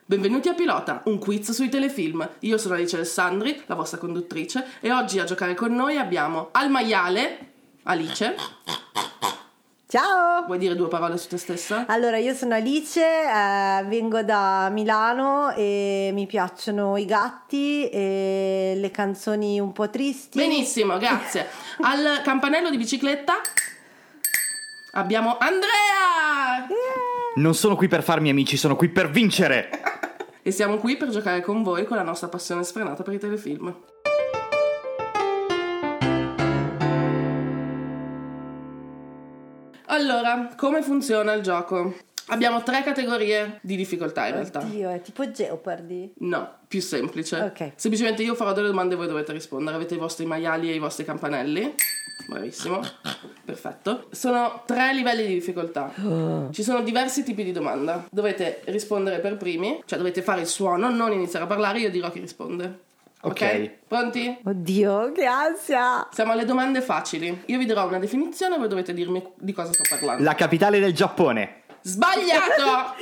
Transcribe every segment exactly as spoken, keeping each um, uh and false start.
Benvenuti a Pilota, un quiz sui telefilm. Io sono Alice Alessandri, la vostra conduttrice, e oggi a giocare con noi abbiamo al maiale, Alice. Ciao! Vuoi dire due parole su te stessa? Allora, io sono Alice, eh, vengo da Milano e mi piacciono i gatti e le canzoni un po' tristi. Benissimo, grazie. Al campanello di bicicletta abbiamo Andrea! Yeah. Non sono qui per farmi amici, sono qui per vincere! E siamo qui per giocare con voi con la nostra passione sfrenata per i telefilm. Allora, come funziona il gioco? Abbiamo tre categorie di difficoltà in realtà. Oddio, è tipo Jeopardy? No, più semplice. Ok. Semplicemente io farò delle domande e voi dovete rispondere. Avete i vostri maiali e i vostri campanelli. Bravissimo. Perfetto. Sono tre livelli di difficoltà. Ci sono diversi tipi di domanda. Dovete rispondere per primi, cioè dovete fare il suono, non iniziare a parlare, io dirò chi risponde. Ok? Ok. Pronti? Oddio, che ansia! Siamo alle domande facili. Io vi dirò una definizione e voi dovete dirmi di cosa sto parlando. La capitale del Giappone. Sbagliato!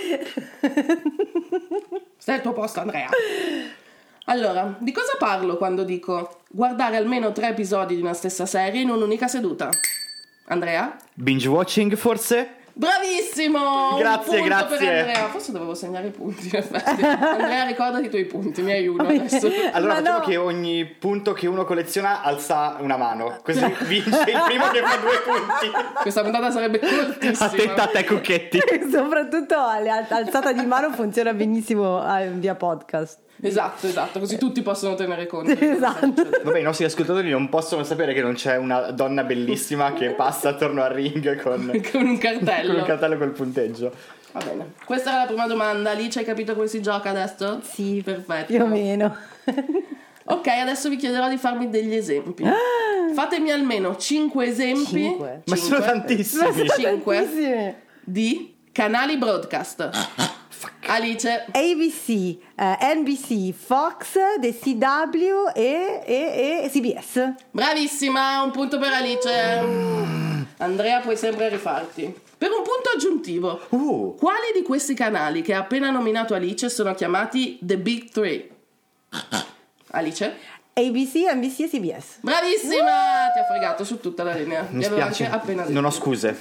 Stai al tuo posto, Andrea. Allora, di cosa parlo quando dico guardare almeno tre episodi di una stessa serie in un'unica seduta? Andrea? Binge watching, forse? Bravissimo! Grazie, Un punto grazie. per Andrea. Forse dovevo segnare i punti, in effetti. Andrea, ricordati i tuoi punti, ne hai uno adesso. Allora Ma facciamo no. che ogni punto che uno colleziona alza una mano, così vince il primo che fa due punti. Questa puntata sarebbe cortissima. Attenta a te, Cucchetti. Soprattutto l'alzata di mano funziona benissimo eh, via podcast. Esatto, esatto, così tutti possono tenere conto. Esatto. Vabbè, i nostri ascoltatori non possono sapere che non c'è una donna bellissima che passa attorno al ring con, Con un cartello. con un cartello col punteggio. Va bene. Questa era la prima domanda. Alice, hai capito come si gioca adesso? Sì, Perfetto. più o meno. Ok, adesso vi chiederò di farmi degli esempi. Fatemi almeno cinque esempi. Cinque. Ma sono tantissimi. Cinque. Tantissime. Di canali broadcast. Alice. A B C, eh, N B C, Fox, The C W e, e, e C B S. Bravissima, un punto per Alice. Andrea, puoi sempre rifarti. Per un punto aggiuntivo, Uh. quali di questi canali che ha appena nominato Alice sono chiamati The Big Three? Alice? A B C, N B C e C B S. Bravissima! Ti ha fregato su tutta la linea. Mi Ti avevo spiace, anche appena detto. non ho scuse.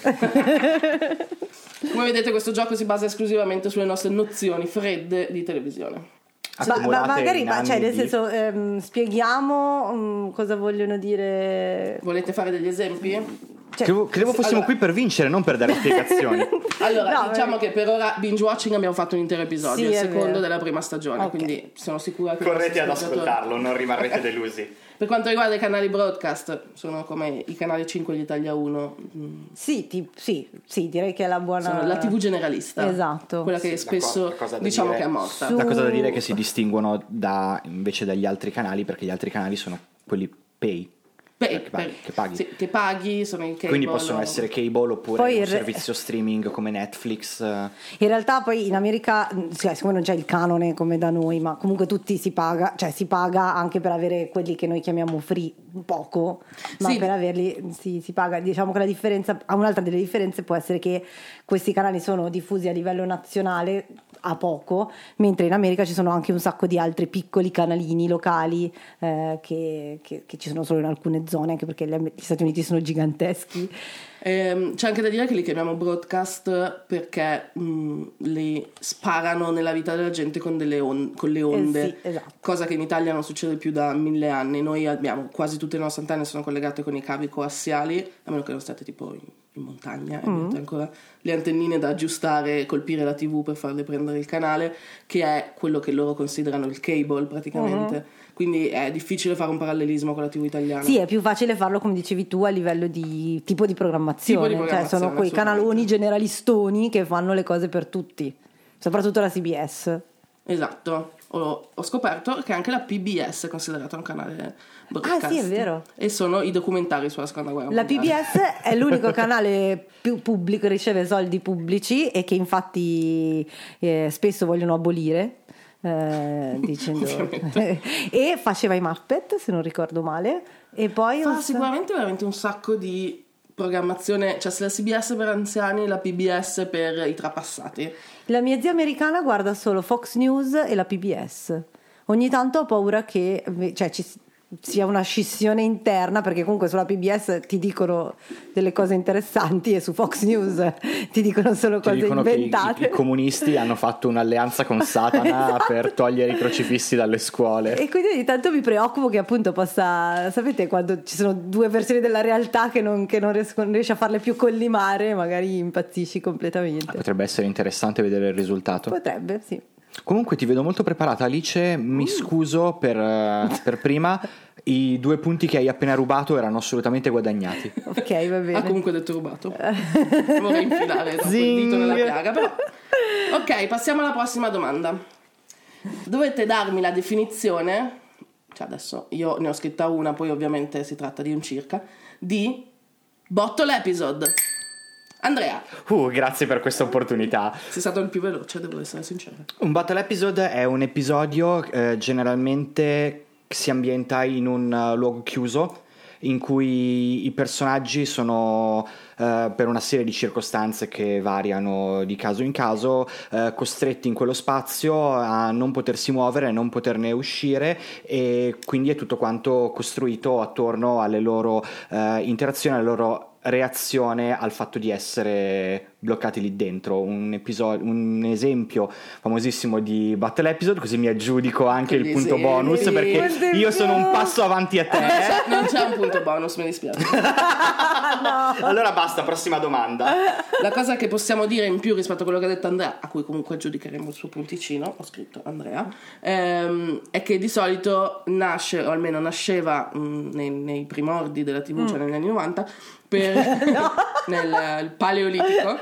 Come vedete, questo gioco si basa esclusivamente sulle nostre nozioni fredde di televisione. Ma, ma Accumulate magari, in ma, anni cioè, nel di- senso, ehm, spieghiamo mm, cosa vogliono dire. Volete fare degli esempi? Cioè, Credevo, credevo fossimo allora- qui per vincere, non per dare spiegazioni. Allora, No, diciamo ma- che per ora binge watching abbiamo fatto un intero episodio, Sì, il è secondo vero. della prima stagione, Ok. quindi sono sicura che... i Correte ad nostri ascoltatori- ascoltarlo, non rimarrete delusi. Per quanto riguarda i canali broadcast, sono come i canali cinque di Italia uno, mm, Sì, ti- sì, sì, direi che è la buona. sono la tivù generalista. Esatto. Quella che Sì, la spesso co- la cosa da diciamo dire- che è morta. Su- La cosa da dire è che si distinguono da, invece dagli altri canali, perché gli altri canali sono quelli pay, Beh, che paghi- per- che paghi. sì, che paghi, sono i cable. quindi possono essere cable oppure Poi un il re- servizio streaming come Netflix. eh. In realtà poi in America, cioè, siccome non c'è il canone come da noi, ma comunque tutti si paga, cioè si paga anche per avere quelli che noi chiamiamo free, poco, ma Sì. per averli si, si paga. Diciamo che la differenza, un'altra delle differenze può essere che questi canali sono diffusi a livello nazionale a poco, mentre in America ci sono anche un sacco di altri piccoli canalini locali eh, che, che, che ci sono solo in alcune zone, anche perché gli, gli Stati Uniti sono giganteschi. Ehm, c'è anche da dire che li chiamiamo broadcast perché mh, li sparano nella vita della gente con, delle on- con le onde, Eh sì, esatto. cosa che in Italia non succede più da mille anni. Noi abbiamo quasi tutte le nostre antenne sono collegate con i cavi coassiali, a meno che non state tipo in, in montagna e avete ancora le antennine da aggiustare e colpire la tivù per farle prendere il canale, che è quello che loro considerano il cable praticamente. Quindi è difficile fare un parallelismo con la tivù italiana. Sì, è più facile farlo, come dicevi tu, a livello di tipo di programmazione, Tipo di cioè sono programmazione, quei assolutamente. canaloni generalistoni che fanno le cose per tutti, soprattutto la C B S. Esatto. Ho, ho scoperto che anche la P B S è considerata un canale broadcast. Ah, sì, è vero. E sono i documentari sulla seconda guerra La P B mondiale. S è l'unico canale più pubblico, riceve soldi pubblici e che infatti eh, spesso vogliono abolire. Eh, dicendo e faceva i Muppet, se non ricordo male, e poi Fa non so- sicuramente veramente un sacco di programmazione, cioè se la C B S per anziani, la P B S per i trapassati. La mia zia americana guarda solo Fox News e la P B S. Ogni tanto ho paura che, cioè, ci sia una scissione interna, perché comunque sulla P B S ti dicono delle cose interessanti e su Fox News ti dicono solo ti cose dicono inventate. Che i, i comunisti hanno fatto un'alleanza con Satana Esatto. per togliere i crocifissi dalle scuole. E quindi ogni tanto mi preoccupo che appunto possa, sapete, quando ci sono due versioni della realtà che non, che non riesco, non riesci a farle più collimare, magari impazzisci completamente. Potrebbe essere interessante vedere il risultato. Potrebbe, sì. Comunque ti vedo molto preparata, Alice, mi scuso per, per prima, i due punti che hai appena rubato erano assolutamente guadagnati. Ok, va bene. Ha comunque detto rubato. Vorrei infilare dopo il dito nella piaga, però. Ok, passiamo alla prossima domanda. Dovete darmi la definizione, cioè adesso io ne ho scritta una, poi ovviamente si tratta di un circa, di bottle episode. Andrea. Uh, grazie per questa opportunità. Sei stato il più veloce, devo essere sincero. Un battle episode è un episodio eh, generalmente che si ambienta in un uh, luogo chiuso, in cui i personaggi sono uh, per una serie di circostanze che variano di caso in caso uh, costretti in quello spazio a non potersi muovere, a non poterne uscire, e quindi è tutto quanto costruito attorno alle loro uh, interazioni, alle loro reazione al fatto di essere bloccati lì dentro. Un episodio, un esempio famosissimo di battle episode, così mi aggiudico anche il punto Sì, bonus, sì. perché io sono un passo avanti a te. Non c'è, non c'è un punto bonus, mi dispiace. No. Allora basta, prossima domanda. La cosa che possiamo dire in più rispetto a quello che ha detto Andrea, a cui comunque giudicheremo il suo punticino, ho scritto Andrea, ehm, è che di solito nasce, o almeno nasceva mh, nei, nei primordi della tivù, mm. cioè negli anni novanta, per no. nel paleolitico,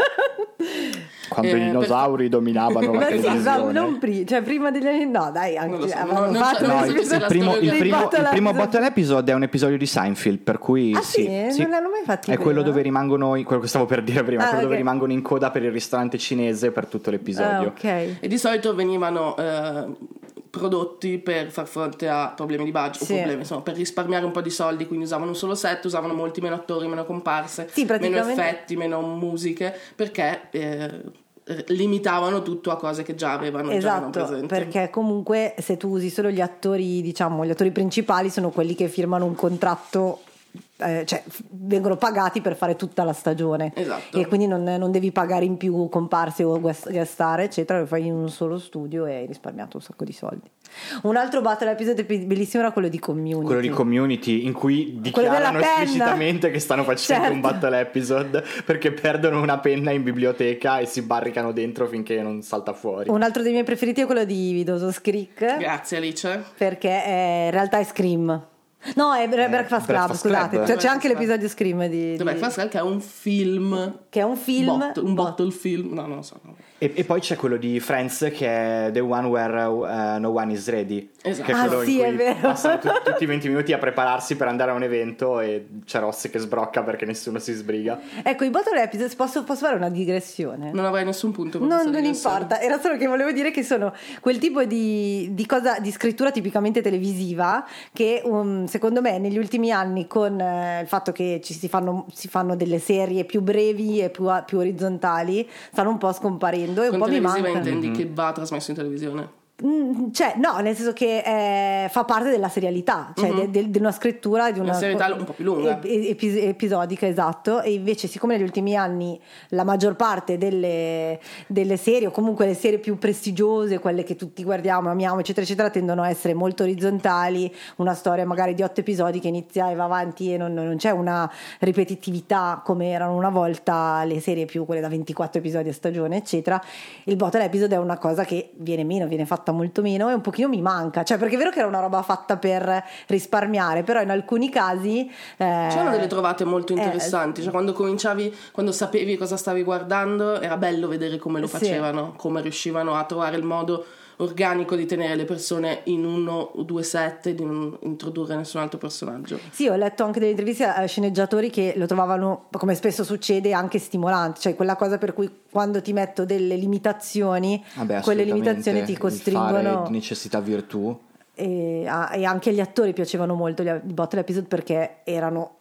quando eh, i dinosauri per... dominavano la Ma sì, televisione. non pri- cioè prima degli anni, no dai, anche so, avevano no, fatto non No, so, il, non so il, primo, il, primo, il primo battle episode è un episodio di Seinfeld, per cui ah sì, sì, sì, non l'hanno mai fatto è prima. quello dove rimangono, quello che stavo per dire prima, ah, quello okay. dove rimangono in coda per il ristorante cinese per tutto l'episodio. Ah, okay. E di solito venivano eh, prodotti per far fronte a problemi di budget, sì. o problemi, insomma, per risparmiare un po' di soldi, quindi usavano un solo set, usavano molti meno attori, meno comparse, sì, praticamente... meno effetti, meno musiche, perché eh, limitavano tutto a cose che già avevano esatto, già presenti. perché comunque se tu usi solo gli attori, diciamo gli attori principali sono quelli che firmano un contratto, eh, cioè f- vengono pagati per fare tutta la stagione, esatto. E quindi non, non devi pagare in più comparse o guest, guest star eccetera, lo fai in un solo studio e hai risparmiato un sacco di soldi. Un altro battle episode bellissimo era quello di Community, quello di Community in cui dichiarano esplicitamente che stanno facendo certo. un battle episode perché perdono una penna in biblioteca e si barricano dentro finché non salta fuori. Un altro dei miei preferiti è quello di Dawson's Creek. Grazie Alice. Perché è, in realtà è Scream. No, è Breakfast Club, Breakfast scusate. Club. Cioè, c'è anche l'episodio Scream di, di... Breakfast Club, che è un film, che è un film bot, un bot. bottle film, no non lo so, no. E, e poi c'è quello di Friends che è The One Where uh, No One Is Ready, esatto. che è quello ah, sì, in è cui vero. passano tu- tutti i venti minuti a prepararsi per andare a un evento e c'è Ross che sbrocca perché nessuno si sbriga. Ecco, i battle episodes, posso, posso fare una digressione? Non avrei nessun punto per Non, questa non digressione. importa, era solo che volevo dire che sono quel tipo di, di cosa, di scrittura tipicamente televisiva che um, secondo me negli ultimi anni con eh, il fatto che ci si fanno, si fanno delle serie più brevi e più, più orizzontali stanno un po' scomparendo e Con un po' mi televisiva manca. intendi Mm-hmm. che va trasmesso in televisione? Mm, cioè no, nel senso che eh, fa parte della serialità, cioè Mhm. de- de- di una scrittura di una, Una serialità un po' più lunga. ep- epis- episodica, esatto. E invece siccome negli ultimi anni la maggior parte delle, delle serie o comunque le serie più prestigiose, quelle che tutti guardiamo, amiamo eccetera eccetera, tendono a essere molto orizzontali, una storia magari di otto episodi che inizia e va avanti e non, non c'è una ripetitività come erano una volta le serie più quelle da ventiquattro episodi a stagione eccetera. Il bottle episode è una cosa che viene meno, viene fatta molto meno e un pochino mi manca, cioè perché è vero che era una roba fatta per risparmiare, però in alcuni casi eh, c'erano delle trovate molto eh, interessanti, cioè quando cominciavi, quando sapevi cosa stavi guardando era bello vedere come lo Sì. facevano, come riuscivano a trovare il modo organico di tenere le persone in uno o due set e di non introdurre nessun altro personaggio. sì, ho letto anche delle interviste a sceneggiatori che lo trovavano, come spesso succede, anche stimolante, cioè quella cosa per cui quando ti metto delle limitazioni, Vabbè, quelle assolutamente, limitazioni ti il costringono fare di necessità virtù. e, a- e anche agli attori piacevano molto gli, i bottle episode perché erano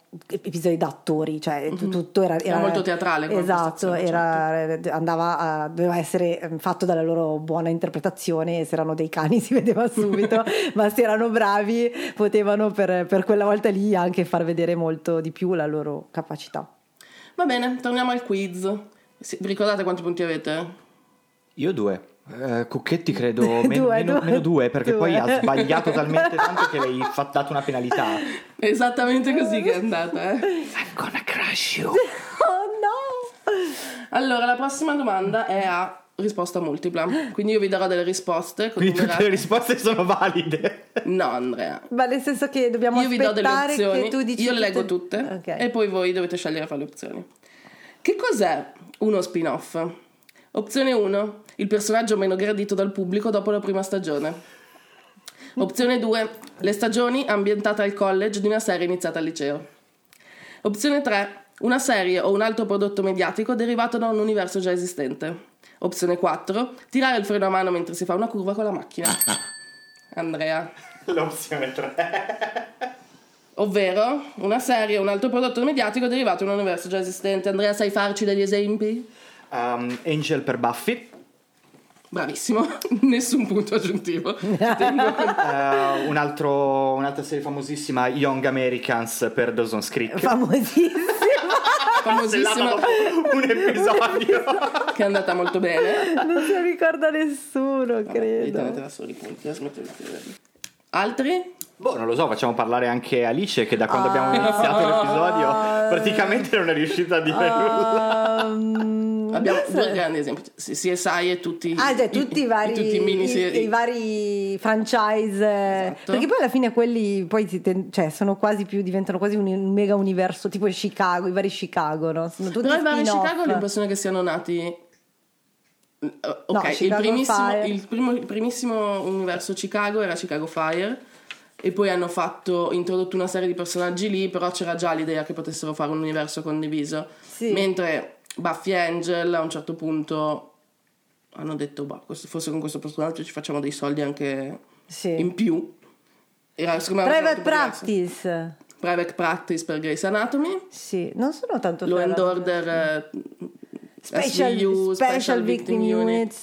episodi da attori, cioè mm-hmm. tutto era, era, era molto teatrale, esatto, era, andava a, doveva essere fatto dalla loro buona interpretazione, se erano dei cani si vedeva subito, ma se erano bravi potevano per, per quella volta lì anche far vedere molto di più la loro capacità. Va bene, torniamo al quiz. Vi ricordate quanti punti avete? Io due. Uh, Cucchetti credo men- due, meno, due, meno due perché due. Poi ha sbagliato talmente tanto che le hai fatto dato una penalità. Esattamente così che è andata, eh. I'm gonna crush you. Oh no! Allora, la prossima domanda è a risposta multipla, quindi io vi darò delle risposte. Quindi tutte le risposte sono valide? No, Andrea. Ma nel senso che dobbiamo io vi do delle opzioni, che tu dici io le leggo tutte, tutte okay. E poi voi dovete scegliere fra le opzioni. Che cos'è uno spin-off? Opzione uno, il personaggio meno gradito dal pubblico dopo la prima stagione. Opzione due, le stagioni ambientate al college di una serie iniziata al liceo. Opzione tre, una serie o un altro prodotto mediatico derivato da un universo già esistente. Opzione quattro, tirare il freno a mano mentre si fa una curva con la macchina. Andrea. L'opzione tre. Ovvero una serie o un altro prodotto mediatico derivato da un universo già esistente. Andrea, sai farci degli esempi? Um, Angel per Buffy. Bravissimo, nessun punto aggiuntivo. uh, un altro, un'altra serie famosissima, Young Americans per Dawson's Creek. Famosissima. Famosissima. Un episodio che è andata molto bene. Non si ricorda nessuno, credo. Vi tenete da soli i punti, la smettete di scriverli. Altri? Boh, non lo so, facciamo parlare anche Alice che da quando ah, abbiamo iniziato l'episodio praticamente non è riuscita a dire uh, nulla. Um, Abbiamo due grandi esempi, C S I e tutti, ah, cioè, tutti i, i vari tutti i, mini i, i vari franchise, esatto. Perché poi alla fine quelli poi si ten- cioè sono quasi più, diventano quasi un mega universo, tipo Chicago, i vari Chicago, no? Sono tutti però i vari spin-off. Chicago ho l'impressione che siano nati uh, ok, no, il, primissimo, il, primo, il primissimo universo Chicago era Chicago Fire e poi hanno fatto introdotto una serie di personaggi lì, però c'era già l'idea che potessero fare un universo condiviso, sì. Mentre Buffy e Angel a un certo punto hanno detto bah, questo, forse con questo personaggio ci facciamo dei soldi anche sì. in più. Era, Private Practice Private Practice per Grey's Anatomy, sì, non sono tanto Law and Order, Special, S V U, Special, Special Victim, Victim Units,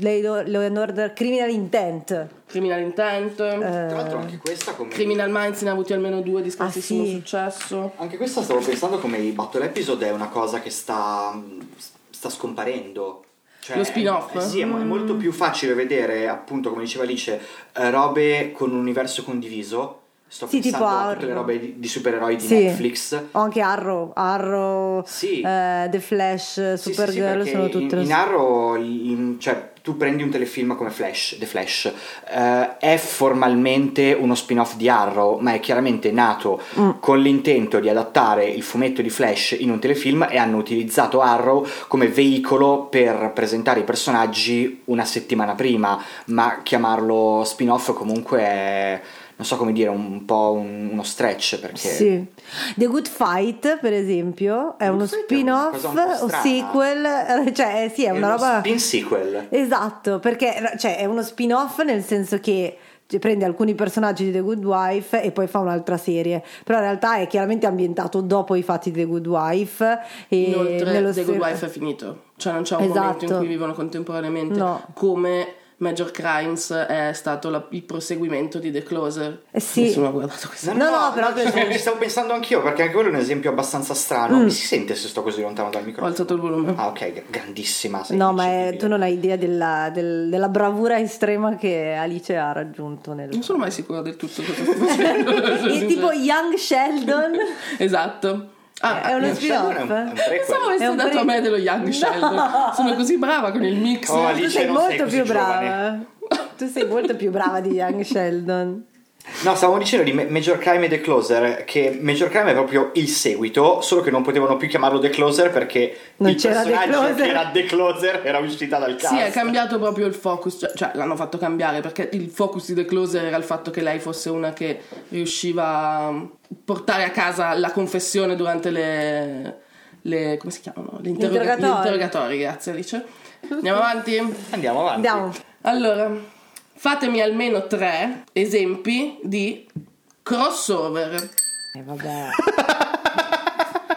Law and Order, Criminal Intent. Criminal Intent. Uh, Tra l'altro anche questa come Criminal Minds ne ha avuti almeno due di scarsissimo ah, sì. successo. Anche questa stavo pensando come i battle episode è una cosa che sta sta scomparendo. Cioè, lo spin-off? È, sì, è, mm. è molto più facile vedere, appunto, come diceva Alice, eh, robe con un universo condiviso. Sto sì, pensando tipo a tutte le robe di, di supereroi di sì. Netflix. O anche Arrow, Arrow, sì. uh, The Flash, sì, Supergirl, sì, sì, sono tutte in, in Arrow, in, cioè tu prendi un telefilm come Flash, The Flash, uh, è formalmente uno spin-off di Arrow, ma è chiaramente nato mm. con l'intento di adattare il fumetto di Flash in un telefilm, e hanno utilizzato Arrow come veicolo per presentare i personaggi una settimana prima, ma chiamarlo spin-off comunque è, non so come dire, un po' un, uno stretch, perché sì. The Good Fight, per esempio, è Good uno Fight spin-off è una o sequel, cioè sì, è, è una roba spin sequel. Esatto, perché cioè è uno spin-off nel senso che prende alcuni personaggi di The Good Wife e poi fa un'altra serie, però in realtà è chiaramente ambientato dopo i fatti di The Good Wife e inoltre nello The st- Good Wife è finito, cioè non c'è un esatto. momento in cui vivono contemporaneamente, no. come Major Crimes è stato la, il proseguimento di The Closer. Eh sì. Nessuno ha guardato questo. No, no, no, no, però no, ci, ci stavo pensando anch'io, perché anche quello è un esempio abbastanza strano. Mm. Mi si sente se sto così lontano dal microfono? Ho alzato il volume. Ah, ok, grandissima. No, ma è, tu non hai idea della, del, della bravura estrema che Alice ha raggiunto nel... Non sono mai sicura del tutto cosa sto facendo. È tipo Young Sheldon. Esatto. Ah, è uno spin-off. Pensavo avessi dato pre... a me dello Young no. Sheldon. Sono così brava con il mix. Oh, tu sei molto sei più brava. Tu sei molto più brava di Young Sheldon. No, stavamo dicendo di Major Crime e The Closer, che Major Crime è proprio il seguito, solo che non potevano più chiamarlo The Closer perché non il c'era personaggio che era The Closer era uscita dal cast. Sì, è cambiato proprio il focus, cioè, cioè l'hanno fatto cambiare, perché il focus di The Closer era il fatto che lei fosse una che riusciva a portare a casa la confessione durante le, le come si chiamano? Le interroga- interrogatori. Gli interrogatori, grazie Alice. Andiamo avanti? Andiamo avanti. Andiamo. Allora, fatemi almeno tre esempi di crossover. Eh vabbè.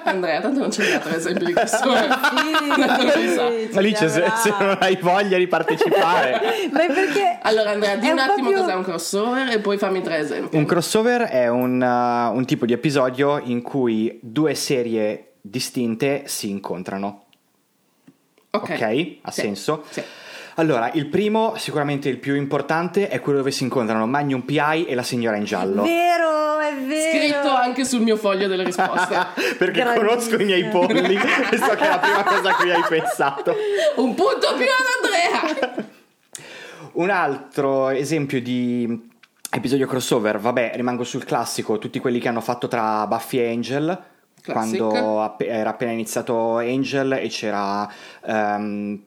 Andrea, tanto non c'è un altro esempio di crossover. Ma lì se, se non hai voglia di partecipare. Ma è perché allora Andrea, di è un, un attimo po' più- cos'è un crossover e poi fammi tre esempi. Un crossover è un, uh, un tipo di episodio in cui due serie distinte si incontrano. Ok, Ok? Ha Sì. senso? Sì. Allora, il primo, sicuramente il più importante, è quello dove si incontrano Magnum P I e la signora in giallo. vero, è vero. Scritto anche sul mio foglio delle risposte. Perché Grandissimo. conosco i miei polli e so che è la prima cosa a cui hai pensato. Un punto più ad Andrea. Un altro esempio di episodio crossover, vabbè, rimango sul classico, tutti quelli che hanno fatto tra Buffy e Angel, Classic. quando app- era appena iniziato Angel e c'era ehm,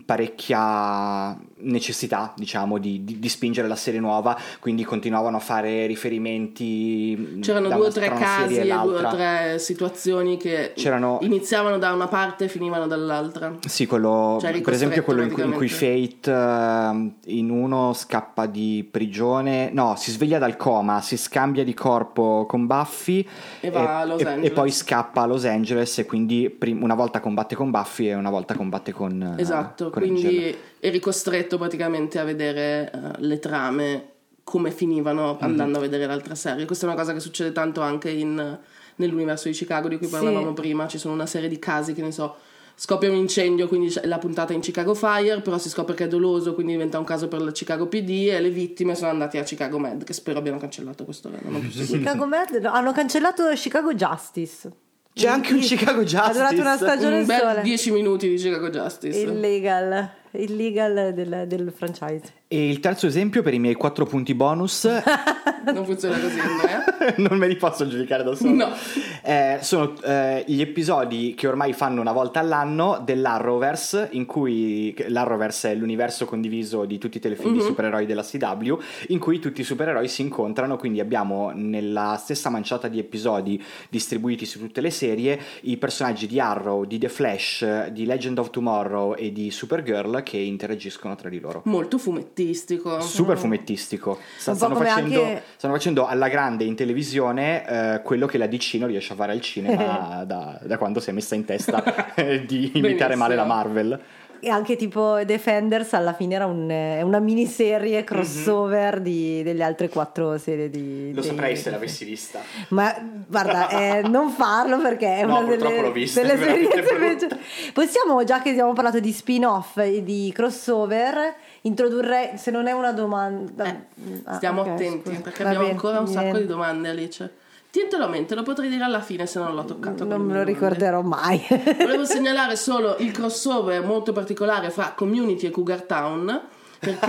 parecchia necessità, diciamo, di, di, di spingere la serie nuova, quindi continuavano a fare riferimenti. C'erano da due o una- tre tra una casi serie e due l'altra. o tre situazioni che C'erano- iniziavano da una parte e finivano dall'altra. Sì, quello, Cioè, per esempio quello in cui, in cui praticamente. Fate eh, in uno scappa di prigione, no, si sveglia dal coma, si scambia di corpo con Buffy E va a Los e- Angeles. e poi scappa a Los Angeles e quindi prim- una volta combatte con Buffy e una volta combatte con eh, Esatto, con quindi Angel. eri costretto praticamente a vedere eh, le trame come finivano andando a vedere l'altra serie. Questa è una cosa che succede tanto anche in, nell'universo di Chicago di cui Sì. parlavamo prima. Ci sono una serie di casi che ne so, scoppia un incendio, quindi c'è la puntata in Chicago Fire, però si scopre che è doloso, quindi diventa un caso per la Chicago P D e le vittime sono andate a Chicago Med, che spero abbiano cancellato questo, non ho più seguito. Chicago Med, no, hanno cancellato Chicago Justice. C'è anche un Chicago Justice. Ha durato una stagione Un bel sola. dieci minuti di Chicago Justice. Illegal, illegal del, del franchise. E il terzo esempio per i miei quattro punti bonus Non funziona così, Andrea. non me li posso giudicare da solo. No. Eh, sono eh, gli episodi che ormai fanno una volta all'anno dell'Arrowverse, in cui l'Arrowverse è l'universo condiviso di tutti i telefilm Mhm. di supereroi della C W, in cui tutti i supereroi si incontrano, quindi abbiamo nella stessa manciata di episodi distribuiti su tutte le serie i personaggi di Arrow, di The Flash, di Legend of Tomorrow e di Supergirl che interagiscono tra di loro. Molto fumettistico. Super fumettistico. Sta- Un po' stanno, come facendo, anche- stanno facendo alla grande in televisione eh, quello che la D C non riesce a fare al cinema da, da quando si è messa in testa eh, di imitare Benissimo. male la Marvel. E anche tipo Defenders alla fine era un, è una miniserie crossover di, delle altre quattro serie di... Lo dei- saprei se l'avessi vista. Ma guarda, eh, non farlo perché è No, una purtroppo delle, l'ho vista, delle è veramente esperienze brutta. peggiori. Possiamo, già che abbiamo parlato di spin-off e di crossover, introdurre, se non è una domanda... Eh, Ah, stiamo ok, attenti scusa. perché Va abbiamo bene, ancora un sacco niente. di domande, Alice. Tientelo a mente, lo potrei dire alla fine se non l'ho toccato. Non con me le lo mie domande. ricorderò mai. Volevo segnalare solo il crossover molto particolare fra Community e Cougar Town. Perché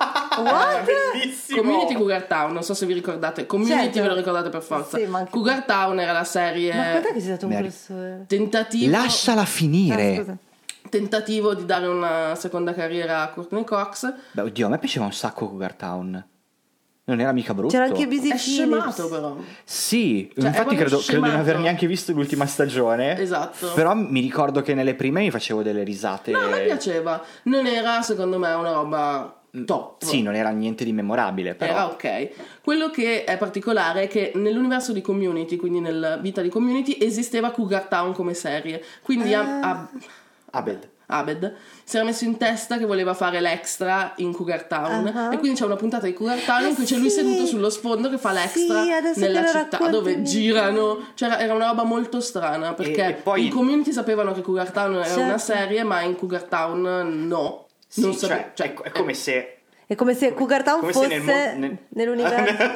What? Bellissimo! Community e Cougar Town, non so se vi ricordate. Community Certo. ve lo ricordate per forza. Sì, ma anche- Cougar Town era la serie Ma quant'è che sei stato un Mary. crossover? tentativo, Lasciala Ah, finire. scusa. tentativo di dare una seconda carriera a Courtney Cox. Beh, oddio, a me piaceva un sacco Cougar Town. Non era mica brutto. C'era anche Busy È Phillips. scemato però. Sì, Cioè, è infatti proprio credo, credo di non scemato. aver neanche visto l'ultima stagione. Esatto. Però mi ricordo che nelle prime mi facevo delle risate. No, a me piaceva. Non era secondo me una roba top. Sì, non era niente di memorabile, però. Era ok. Quello che è particolare è che nell'universo di Community, quindi nella vita di Community, esisteva Cougar Town come serie. Quindi Ah. Ab- Ab- Abed. Abed si era messo in testa che voleva fare l'extra in Cougar Town. Ah. E quindi c'è una puntata di Cougar Town Ah, in cui c'è lui sì. seduto sullo sfondo che fa l'extra Sì, adesso nella che lo città racconti dove mi girano. Cioè, era una roba molto strana perché E- e poi- in Community sapevano che Cougar Town era Certo. una serie, ma in Cougar Town no. Sì, non cioè, sape- cioè, è, è come se... È come se Cougar Town come se fosse nel mo- nel- nell'universo.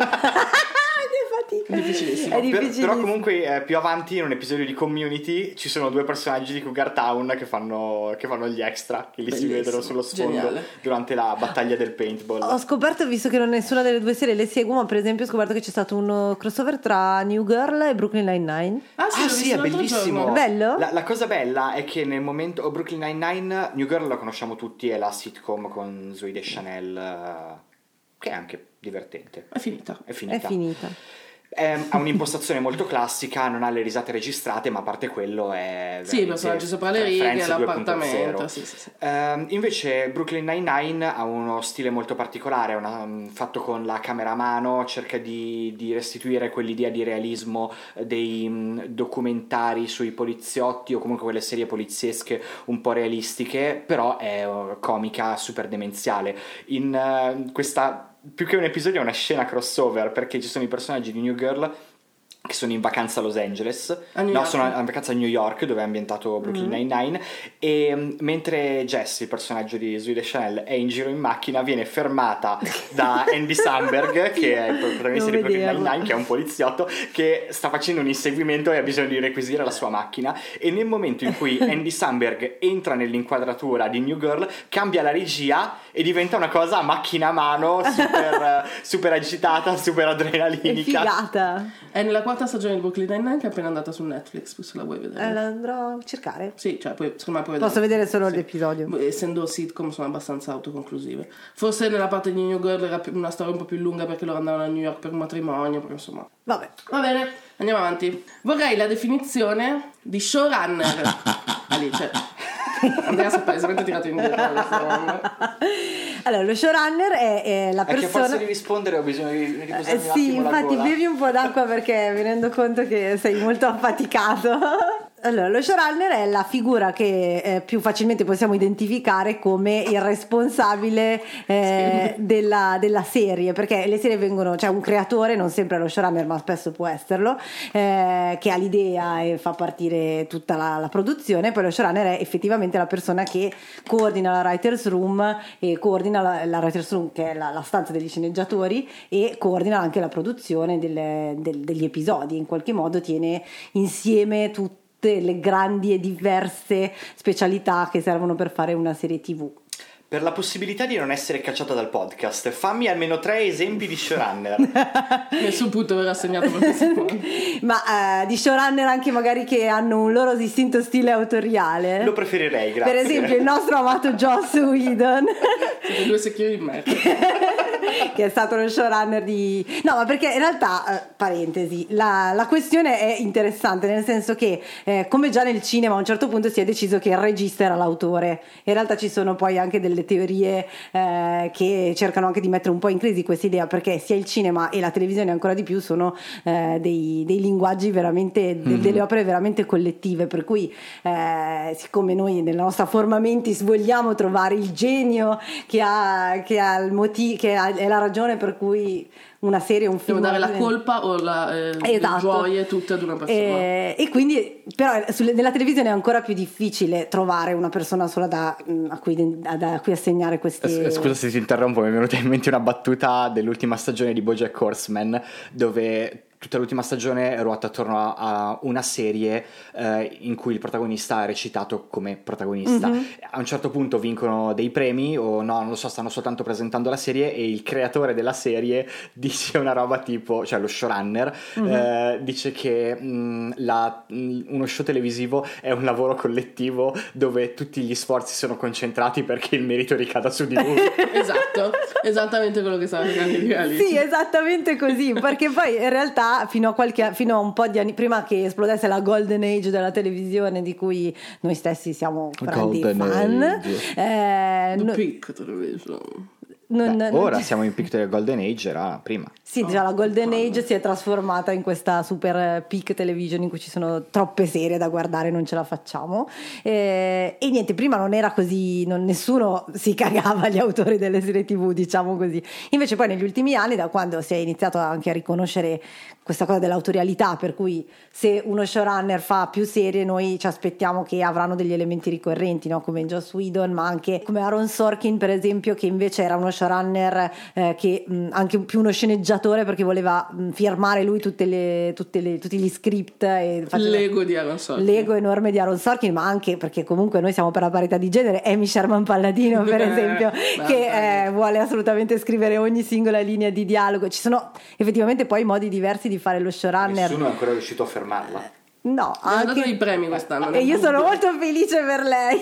Che fatica. Difficilissimo. È Per- difficilissimo. però comunque eh, più avanti in un episodio di Community ci sono due personaggi di Cougar Town che fanno, che fanno gli extra, che li si Bellissimo, vedono sullo sfondo geniale. durante la battaglia del paintball. Ho scoperto, visto che non nessuna delle due serie le seguo, ma per esempio ho scoperto che c'è stato un uh, crossover tra New Girl e Brooklyn Nine-Nine. Ah sì, Ah l'ho sì, visto è l'altro bellissimo. giorno. Bello? La, la cosa bella è che nel momento oh, Brooklyn Nine-Nine, New Girl la conosciamo tutti, è la sitcom con Zoe Deschanel, eh, che è anche divertente. È finita. È finita. È finita. È, ha un'impostazione molto classica, non ha le risate registrate, ma a parte quello è sì, i personaggi sopra le righe, l'appartamento, sì, sì, sì. Uh, invece Brooklyn Nine-Nine ha uno stile molto particolare, una, um, fatto con la camera a mano, cerca di, di restituire quell'idea di realismo dei um, documentari sui poliziotti o comunque quelle serie poliziesche un po' realistiche, però è uh, comica, super demenziale. In uh, questa, più che un episodio, è una scena crossover, perché ci sono i personaggi di New Girl che sono in vacanza a Los Angeles, a New no, York. sono in vacanza a New York, dove è ambientato Brooklyn mm-hmm. Nine-Nine, e um, mentre Jess, il personaggio di Zoe Deschanel, è in giro in macchina, viene fermata da Andy Samberg, che è il protagonista di Brooklyn Nine-Nine, che è un poliziotto che sta facendo un inseguimento e ha bisogno di requisire la sua macchina, e nel momento in cui Andy Samberg entra nell'inquadratura di New Girl, cambia la regia e diventa una cosa a macchina a mano, super, super agitata, super adrenalinica. È figata. È nella quarta stagione di Brooklyn Nine-Nine, che è appena andata su Netflix, se la vuoi vedere. Eh, la andrò a cercare. Sì, cioè poi, secondo me puoi vedere. Posso vedere solo sì. l'episodio. Essendo sitcom sono abbastanza autoconclusive. Forse nella parte di New Girl era una storia un po' più lunga, perché loro andavano a New York per un matrimonio, però insomma. Vabbè. Va bene, andiamo avanti. Vorrei la definizione di showrunner. Alice. Andrea si è palesemente tirato indietro. Allora, lo showrunner è, è la persona. È che a forza di rispondere ho bisogno di riposarmi eh, un sì, attimo la infatti gola. bevi un po' d'acqua, perché mi rendo conto che sei molto affaticato. Allora, lo showrunner è la figura che eh, più facilmente possiamo identificare come il responsabile eh, sì. della, della serie, perché le serie vengono, cioè un creatore, non sempre è lo showrunner ma spesso può esserlo, eh, che ha l'idea e fa partire tutta la, la produzione. Poi lo showrunner è effettivamente la persona che coordina la writer's room e coordina la, la writer's room, che è la, la stanza degli sceneggiatori, e coordina anche la produzione delle, del, degli episodi. In qualche modo tiene insieme tutti le grandi e diverse specialità che servono per fare una serie tivù. Per la possibilità di non essere cacciato dal podcast, fammi almeno tre esempi di showrunner. Nessun punto verrà assegnato per questo. Ma uh, di showrunner anche magari che hanno un loro distinto stile autoriale. Lo preferirei, grazie. Per esempio il nostro amato Joss Whedon. Siete due secchioni di merda. Che è stato lo showrunner di... No, ma perché in realtà, eh, parentesi, la, la questione è interessante, nel senso che eh, come già nel cinema a un certo punto si è deciso che il regista era l'autore. In realtà ci sono poi anche delle teorie eh, che cercano anche di mettere un po' in crisi questa idea, perché sia il cinema e la televisione ancora di più sono eh, dei, dei linguaggi veramente, de, mm-hmm. delle opere veramente collettive, per cui eh, siccome noi nella nostra forma mentis vogliamo trovare il genio che ha, che ha il motivo, che ha, è la ragione per cui una serie, un film, devo dare la colpa o la, eh, esatto. le gioie tutte ad una persona, e, e quindi però sulle, nella televisione è ancora più difficile trovare una persona sola da, a, cui, a, a cui assegnare questi. Scusa se ti interrompo, mi è venuta in mente una battuta dell'ultima stagione di BoJack Horseman, dove tutta l'ultima stagione ruota attorno a, a una serie eh, in cui il protagonista è recitato come protagonista. Mm-hmm. A un certo punto vincono dei premi o no, non lo so, stanno soltanto presentando la serie e il creatore della serie dice una roba tipo, cioè lo showrunner, mm-hmm. eh, dice che mh, la, mh, uno show televisivo è un lavoro collettivo dove tutti gli sforzi sono concentrati perché il merito ricada su di lui. Esatto, esattamente quello che stavo cercando di dire. Sì, esattamente così, perché poi in realtà fino a qualche fino a un po' di anni prima che esplodesse la golden age della televisione, di cui noi stessi siamo grandi fan, eh, The no, peak television. Non, Beh, non ora ci... siamo in peak della golden age, era prima. Sì, già la golden age si è trasformata in questa super peak television in cui ci sono troppe serie da guardare, non ce la facciamo, e, e niente, prima non era così, non, nessuno si cagava gli autori delle serie tv, diciamo così. Invece poi negli ultimi anni, da quando si è iniziato anche a riconoscere questa cosa dell'autorialità, per cui se uno showrunner fa più serie noi ci aspettiamo che avranno degli elementi ricorrenti, no? Come in Joss Whedon, ma anche come Aaron Sorkin per esempio, che invece era uno showrunner eh, che mh, anche più uno sceneggiatore, perché voleva mh, firmare lui tutte le, tutte le, tutti gli script e faceva... l'ego di Aaron Sorkin, l'ego enorme di Aaron Sorkin, ma anche perché comunque noi siamo per la parità di genere. Amy Sherman Palladino per esempio che eh, vuole assolutamente scrivere ogni singola linea di dialogo. Ci sono effettivamente poi modi diversi di fare lo showrunner. Nessuno è ancora riuscito a fermarla. No, ha dato anche... i premi quest'anno. E io sono molto felice per lei.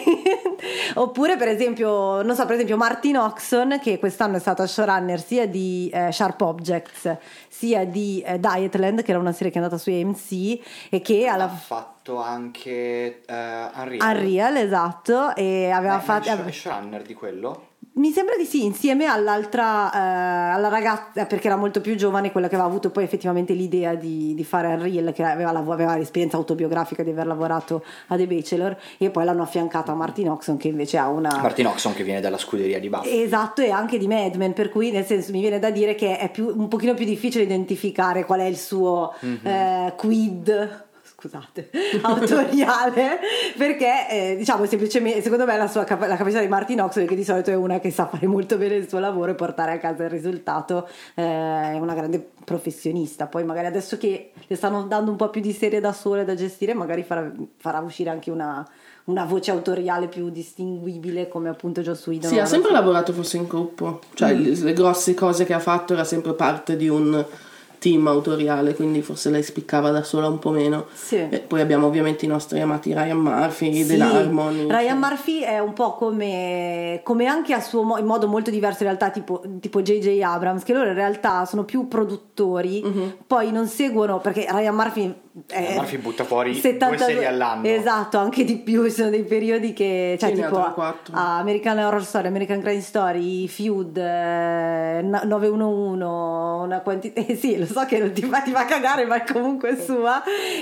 Oppure per esempio, non so, per esempio Martin Oxon, che quest'anno è stata showrunner sia di eh, Sharp Objects sia di eh, Dietland, che era una serie che è andata su A M C e che alla... ha fatto anche uh, Unreal. Unreal, esatto, e aveva eh, fatto... È showrunner di quello? Mi sembra di sì, insieme all'altra, eh, alla ragazza, perché era molto più giovane, quella che aveva avuto poi effettivamente l'idea di, di fare Unreal, che aveva, aveva l'esperienza autobiografica di aver lavorato a The Bachelor, e poi l'hanno affiancata a Martin Oxon, che invece ha una... Martin Oxon che viene dalla scuderia di Buffy. Esatto, e anche di Mad Men, per cui nel senso mi viene da dire che è più, un pochino più difficile identificare qual è il suo mm-hmm. eh, quid... scusate, autoriale, perché eh, diciamo semplicemente secondo me la sua cap- la capacità di Martin Oxley, che di solito è una che sa fare molto bene il suo lavoro e portare a casa il risultato, eh, è una grande professionista. Poi magari adesso che le stanno dando un po' più di serie da sole da gestire, magari farà, farà uscire anche una, una voce autoriale più distinguibile, come appunto Joss Whedon. Sì, ha sempre lavorato forse in gruppo, cioè mm. le, le grosse cose che ha fatto era sempre parte di un team autoriale, quindi forse lei spiccava da sola un po' meno. Sì. E poi abbiamo ovviamente i nostri amati Ryan Murphy, sì. Dan Harmon. Ryan Murphy è un po' come, come anche a suo mo- in modo molto diverso in realtà, tipo, tipo J J Abrams, che loro in realtà sono più produttori, uh-huh. poi non seguono, perché Ryan Murphy Eh, Murphy butta fuori settantadue due serie all'anno. Esatto, anche di più. Ci sono dei periodi che, cioè, sì, tipo a American Horror Story, American Crime Story, Feud, eh, nove uno uno, una quantità, eh, sì, lo so che non ti fa, ti fa cagare, ma è comunque sua,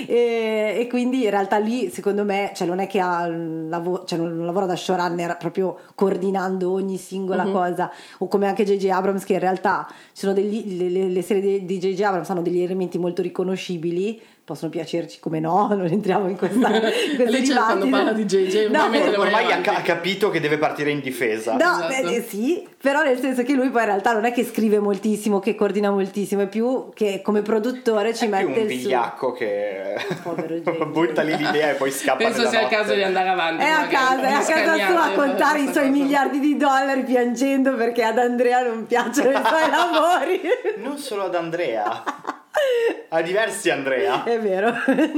e, e quindi in realtà lì secondo me, cioè, non è che ha lav- cioè, non lavora da showrunner proprio coordinando ogni singola uh-huh. cosa, o come anche J J Abrams, che in realtà ci sono degli, le, le, le serie di J J Abrams hanno degli elementi molto riconoscibili, possono piacerci come no, non entriamo in questa in lei c'è quando parla di J J, no, ormai ha, ha capito che deve partire in difesa. No, esatto. beh, sì, però nel senso che lui poi in realtà non è che scrive moltissimo, che coordina moltissimo, è più che come produttore ci è mette più un il vigliacco suo... che butta lì l'idea e poi scappa. Penso sia il notte. caso di andare avanti. È a casa, è a casa sua a contare i suoi miliardi di dollari piangendo perché ad Andrea non piacciono i suoi lavori. Non solo ad Andrea. A diversi Andrea. È vero.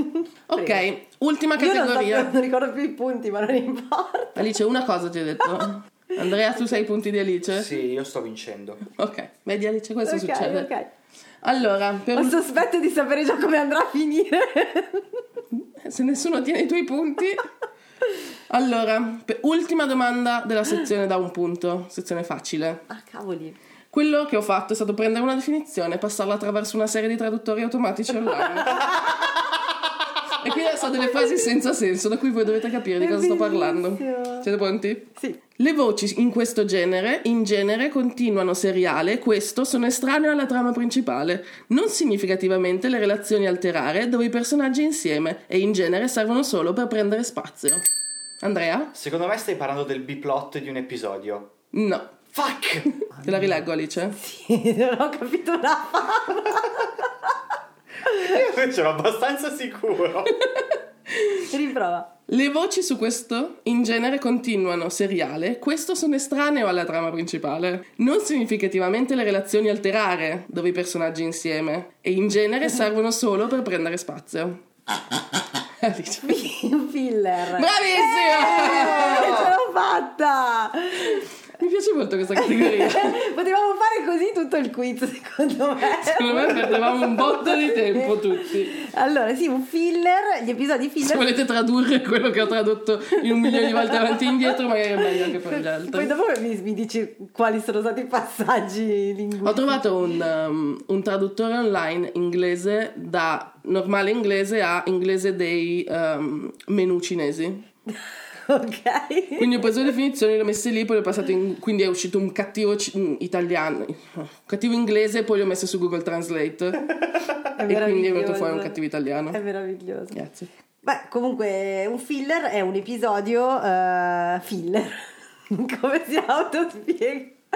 Ok, ultima categoria. Io non, so, non ricordo più i punti, ma non importa. Alice, una cosa ti ho detto. Andrea, tu sei i punti di Alice? Sì, io sto vincendo. Ok, vedi Alice, questo okay, succede. Ok. Allora, per... ho il sospetto di sapere già come andrà a finire. Se nessuno tiene i tuoi punti. Allora, per... ultima domanda della sezione da un punto, sezione facile. Ah, cavoli. Quello che ho fatto è stato prendere una definizione e passarla attraverso una serie di traduttori automatici online. E quindi sono delle frasi senza senso, da cui voi dovete capire di È cosa bellissimo. sto parlando. Siete pronti? Sì. Le voci in questo genere, in genere, continuano seriale, questo sono estraneo alla trama principale. Non significativamente le relazioni alterare, dove i personaggi insieme, e in genere servono solo per prendere spazio. Andrea? Secondo me stai parlando del B-plot di un episodio. No. Fuck! Te la rileggo, Alice? Sì, non ho capito una fama. Io invece ero abbastanza sicuro. Riprova. Le voci su questo in genere continuano seriale, questo sono estraneo alla trama principale. Non significativamente le relazioni alterare, dove i personaggi insieme, e in genere servono solo per prendere spazio. Alice. Un filler. Bravissima! Eh, ce l'ho fatta! Mi piace molto questa categoria. Potevamo fare così tutto il quiz, secondo me. Secondo me perdevamo un botto di tempo tutti. Allora, sì, un filler, gli episodi filler. Se volete tradurre quello che ho tradotto in un milione di volte avanti e indietro, magari è meglio anche per gli altri. Poi dopo mi, mi dici quali sono stati i passaggi linguistici. Ho trovato un, um, un traduttore online inglese da normale inglese a inglese dei um, menù cinesi. Ok. Quindi ho preso le definizioni, le ho messe lì, poi le ho passate in, quindi è uscito un cattivo c- italiano, un cattivo inglese, poi le ho messe su Google Translate e quindi è venuto fuori un cattivo italiano. È meraviglioso. Grazie. Beh, comunque un filler è un episodio uh, filler. Come si autospiega?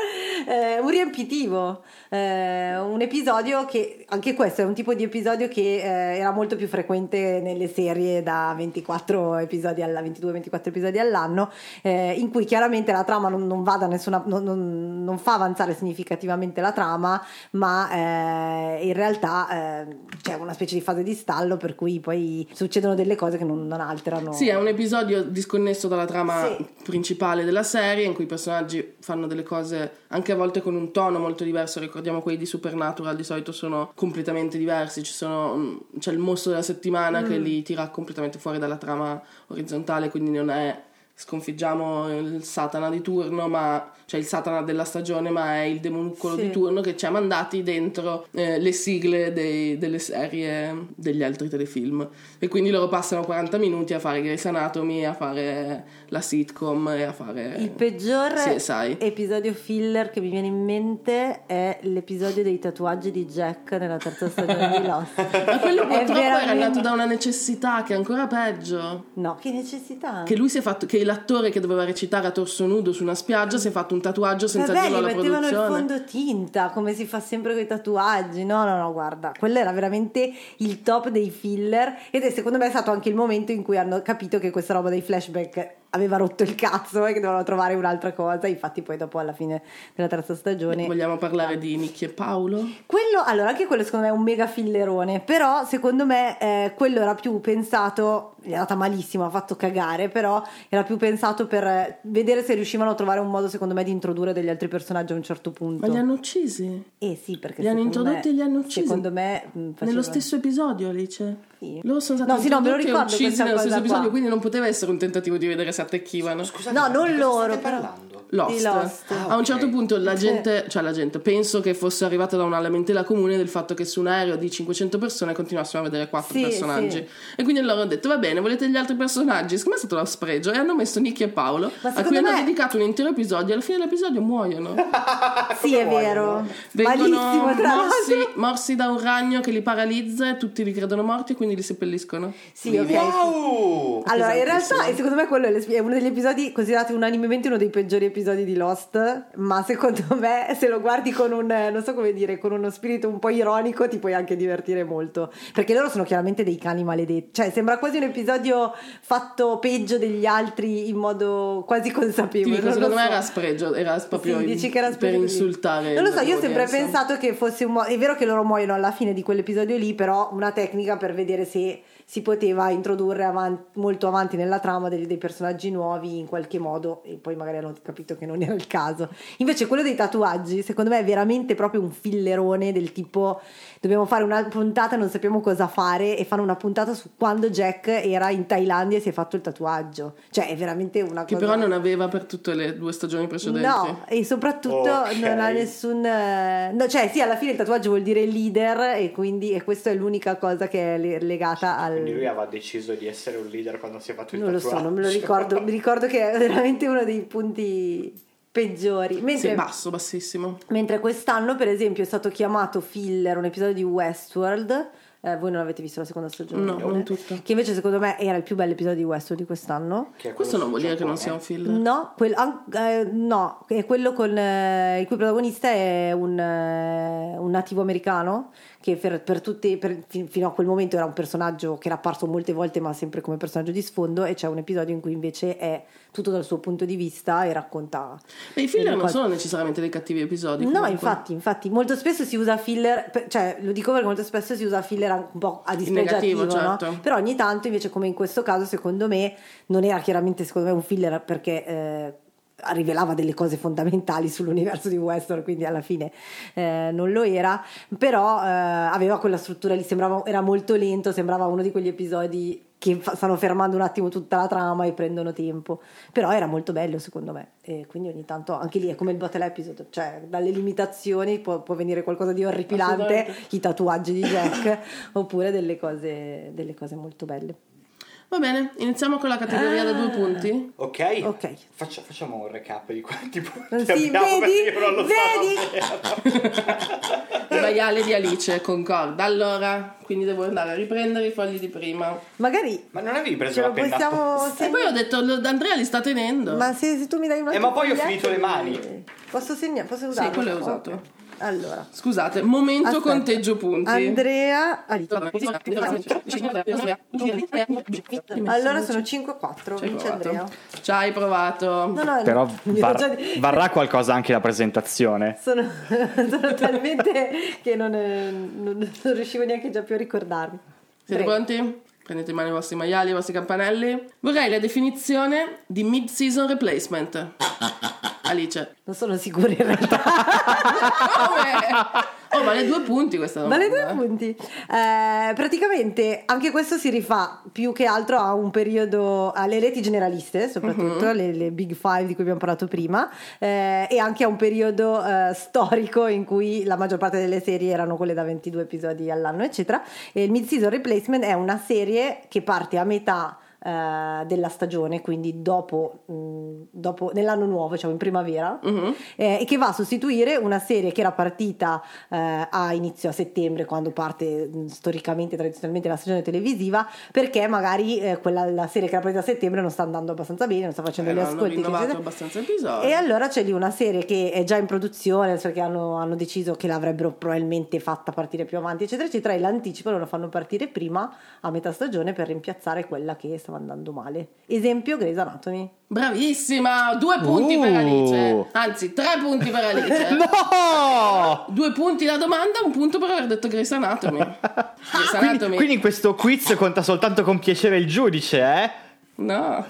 eh, un riempitivo, eh, un episodio che anche questo è un tipo di episodio che eh, era molto più frequente nelle serie da ventiquattro episodi alla ventidue ventiquattro episodi all'anno, eh, in cui chiaramente la trama non, non va da nessuna non, non, non fa avanzare significativamente la trama, ma eh, in realtà eh, c'è una specie di fase di stallo per cui poi succedono delle cose che non, non alterano. Sì, è un episodio disconnesso dalla trama Sì. principale della serie, in cui i personaggi fanno delle cose anche a volte con un tono molto diverso. Ricordiamo quelli di Supernatural, di solito sono completamente diversi. Ci sono, c'è il mostro della settimana mm. che li tira completamente fuori dalla trama orizzontale, quindi non è sconfiggiamo il Satana di turno, ma cioè il Satana della stagione, ma è il demonuccolo sì. di turno che ci ha mandati dentro eh, le sigle dei, delle serie degli altri telefilm, e quindi loro passano quaranta minuti a fare Grey's Anatomy, a fare la sitcom e a fare il peggior C S I. episodio filler che mi viene in mente è l'episodio dei tatuaggi di Jack nella terza stagione di Lost. Ma quello purtroppo veramente... era nato da una necessità che è ancora peggio. No, che necessità? Che lui si è fatto, che l'attore che doveva recitare a torso nudo su una spiaggia si è fatto un tatuaggio senza Vabbè, dirlo alla gli mettevano produzione. il fondotinta come si fa sempre con i tatuaggi. No, no, no, guarda, quello era veramente il top dei filler, ed è secondo me è stato anche il momento in cui hanno capito che questa roba dei flashback aveva rotto il cazzo e che dovevano trovare un'altra cosa. Infatti poi dopo alla fine della terza stagione vogliamo parlare di Nicky e Paolo? Quello, allora anche quello secondo me è un mega fillerone, però secondo me eh, quello era più pensato, gli è andata malissimo, ha fatto cagare, però era più pensato per vedere se riuscivano a trovare un modo secondo me di introdurre degli altri personaggi a un certo punto. Ma li hanno uccisi? Eh sì, perché li hanno introdotti me, e li hanno uccisi. Secondo me mh, faceva... nello stesso episodio, Alice. Sì. Loro sono stati no, sì, no, me lo introdotti e ricordo uccisi nello stesso episodio, qua. quindi non poteva essere un tentativo di vedere se attecchivano. Scusate, no, non di cosa loro, state però parlando? Lost. Lost. Ah, A un certo ok. punto la gente, cioè la gente, penso che fosse arrivata da una lamentela comune del fatto che su un aereo di cinquecento persone continuassimo a vedere quattro Sì, personaggi. sì. E quindi loro hanno detto va bene, volete gli altri personaggi? Secondo me è stato uno spregio, e hanno messo Nicky e Paolo, Ma a cui secondo hanno me- dedicato un intero episodio, e alla fine dell'episodio muoiono. Sì, è vero. Vengono Malissimo, tra morsi, l'altro. morsi da un ragno che li paralizza e tutti li credono morti e quindi li seppelliscono. Sì, ok. Wow! Allora, in Pesantissimo. realtà, e secondo me quello è l'es- è uno degli episodi considerati unanimemente uno dei peggiori episodi di Lost, ma secondo me se lo guardi con un, non so come dire, con uno spirito un po' ironico ti puoi anche divertire molto, perché loro sono chiaramente dei cani maledetti, cioè sembra quasi un episodio fatto peggio degli altri in modo quasi Ti consapevole. dico, non lo secondo me so. era spregio, era proprio Sì, in- dici che era per spregio di- insultare. Non lo so, io ho sempre l'audience. pensato che fosse un mo- è vero che loro muoiono alla fine di quell'episodio lì, però una tecnica per vedere se si poteva introdurre avan- molto avanti nella trama dei, dei personaggi nuovi in qualche modo, e poi magari hanno capito che non era il caso. Invece quello dei tatuaggi secondo me è veramente proprio un fillerone del tipo dobbiamo fare una puntata e non sappiamo cosa fare, e fanno una puntata su quando Jack era in Thailandia e si è fatto il tatuaggio, cioè è veramente una Che cosa però non aveva per tutte le due stagioni precedenti. no, e soprattutto Ok. non ha nessun eh, no, cioè sì, alla fine il tatuaggio vuol dire leader, e quindi e questa è l'unica cosa che è le- legata al Quindi lui aveva deciso di essere un leader quando si è fatto il non lo tatuaggio. so, non me lo ricordo, mi ricordo che è veramente uno dei punti peggiori. Mentre, Sì, basso, bassissimo. mentre quest'anno per esempio è stato chiamato filler un episodio di Westworld. Eh, voi non avete visto la seconda stagione? No, non tutta. Che invece secondo me era il più bello episodio di Westworld di quest'anno. Che è quello Questo non sul vuol dire che non Giappone. sia un filler. No, quel- an- eh, no, è quello con eh, il cui protagonista è un, eh, un nativo americano che per, per tutti, per- fin- fino a quel momento era un personaggio che era apparso molte volte ma sempre come personaggio di sfondo, e c'è un episodio in cui invece è tutto dal suo punto di vista e racconta E i filler delle non cose. sono necessariamente dei cattivi episodi. No, comunque. infatti, infatti, molto spesso si usa filler, per- cioè lo dico perché molto spesso si usa filler anche un po' a dispregiativo, negativo, no? certo. Però ogni tanto invece, come in questo caso, secondo me non era chiaramente secondo me un filler, perché eh, rivelava delle cose fondamentali sull'universo di Westworld, quindi alla fine eh, non lo era, però eh, aveva quella struttura lì, sembrava, era molto lento, sembrava uno di quegli episodi che fa- stanno fermando un attimo tutta la trama e prendono tempo, però era molto bello secondo me, e quindi ogni tanto anche lì è come il bottle episode, cioè dalle limitazioni può, può venire qualcosa di orripilante, Assolutamente. i tatuaggi di Jack oppure delle cose, delle cose molto belle. Va bene, iniziamo con la categoria da due punti. Ok, Ok. Faccia- facciamo un recap di quanti punti Sì, abbiamo, vedi? perché io non lo so Vedi? davvero. Vai maiale di Alice, concorda. Allora, quindi devo andare a riprendere i fogli di prima. Magari Ma non avevi preso ce la lo penna possiamo apposta? E poi ho detto, Andrea li sta tenendo. Ma se, se tu mi dai un altro Eh, ma poi ho foglietto, finito le mani. Posso segnare? Posso usarlo? Sì, quello è Ok. usato. Allora, Scusate, momento Aspetta. conteggio punti. Andrea Alice. Allora sono cinque a quattro, Ci hai vince provato. Andrea. Ci hai provato. No, no, Però mi var- ero già- varrà qualcosa anche la presentazione. sono, sono talmente che non, non, non riuscivo neanche già più a ricordarmi. Siete Prego. pronti? Prendete in mano i vostri maiali, i vostri campanelli. Vorrei la definizione di mid-season replacement. Alice. Non sono sicura in realtà. Come? Oh, vale due punti questa domanda. Vale due punti. Eh, praticamente anche questo si rifà più che altro a un periodo, alle reti generaliste, soprattutto Mhm. le, le Big Five di cui abbiamo parlato prima, eh, e anche a un periodo eh, storico in cui la maggior parte delle serie erano quelle da ventidue episodi all'anno, eccetera. E il Mid-Season Replacement è una serie che parte a metà eh, della stagione, quindi dopo, mh, dopo nell'anno nuovo, diciamo in primavera, Mhm. eh, e che va a sostituire una serie che era partita eh, a inizio a settembre, quando parte mh, storicamente, tradizionalmente la stagione televisiva, perché magari eh, quella la serie che era partita a settembre non sta andando abbastanza bene, non sta facendo Eh, gli non hanno ascolti, rinnovato eccetera. abbastanza episodi. E allora c'è lì una serie che è già in produzione, perché hanno, hanno deciso che l'avrebbero probabilmente fatta partire più avanti, eccetera, eccetera, e l'anticipano, la fanno partire prima a metà stagione per rimpiazzare quella che stava andando male. Esempio, Grey's Anatomy. Bravissima, due punti per Uh. Alice. Anzi, tre punti per Alice. No! Due punti la domanda, un punto per aver detto Grey's Anatomy. Grey's Quindi, Anatomy. quindi in questo quiz conta soltanto compiacere il giudice, eh? No.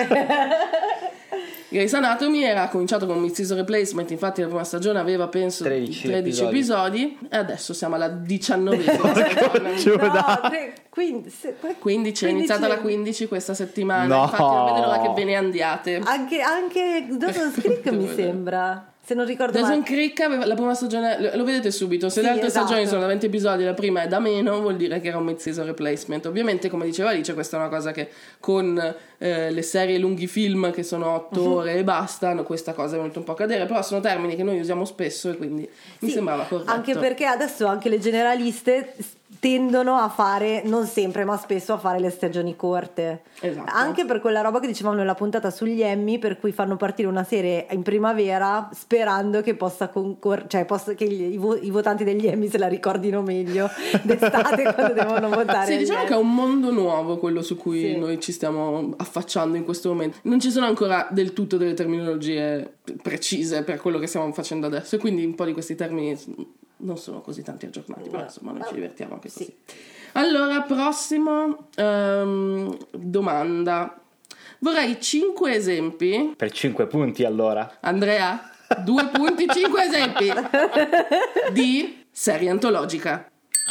Grey's Anatomy era cominciato con mid-season replacement, infatti la prima stagione aveva penso tredici tredici episodi. episodi e adesso siamo alla diciannovesima stagione. Giuda. No, tre, quindi, se- quindici, è iniziata la quindici questa settimana, No. infatti non vedo l'ora che ve ne andiate. Anche, anche Dawson's Creek mi sembra, se non ricordo male. Dawson Creek aveva la prima stagione, lo- lo vedete subito, se Sì, le altre esatto. stagioni sono da venti episodi e la prima è da meno, vuol dire che era un mid-season replacement. Ovviamente, come diceva Alice, questa è una cosa che con eh, le serie lunghi film che sono otto Mhm. ore e basta, no, questa cosa è venuta un po' a cadere, però sono termini che noi usiamo spesso e quindi mi Sì, sembrava corretto. anche perché adesso anche le generaliste s- tendono a fare, non sempre ma spesso, a fare le stagioni corte. Esatto. Anche per quella roba che dicevamo nella puntata sugli Emmy, per cui fanno partire una serie in primavera sperando che possa concorrere, cioè possa, che gli- i, vo- i votanti degli Emmy se la ricordino meglio d'estate quando devono votare. Sì, agli diciamo Emmy. che è un mondo nuovo quello su cui Sì. noi ci stiamo affacciando in questo momento. Non ci sono ancora del tutto delle terminologie precise per quello che stiamo facendo adesso e quindi un po' di questi termini non sono così tanti aggiornati, però insomma noi ci divertiamo anche così. Sì. Allora, prossimo ehm, domanda. Vorrei cinque esempi. Per cinque punti allora. Andrea, due punti, cinque esempi di serie antologica.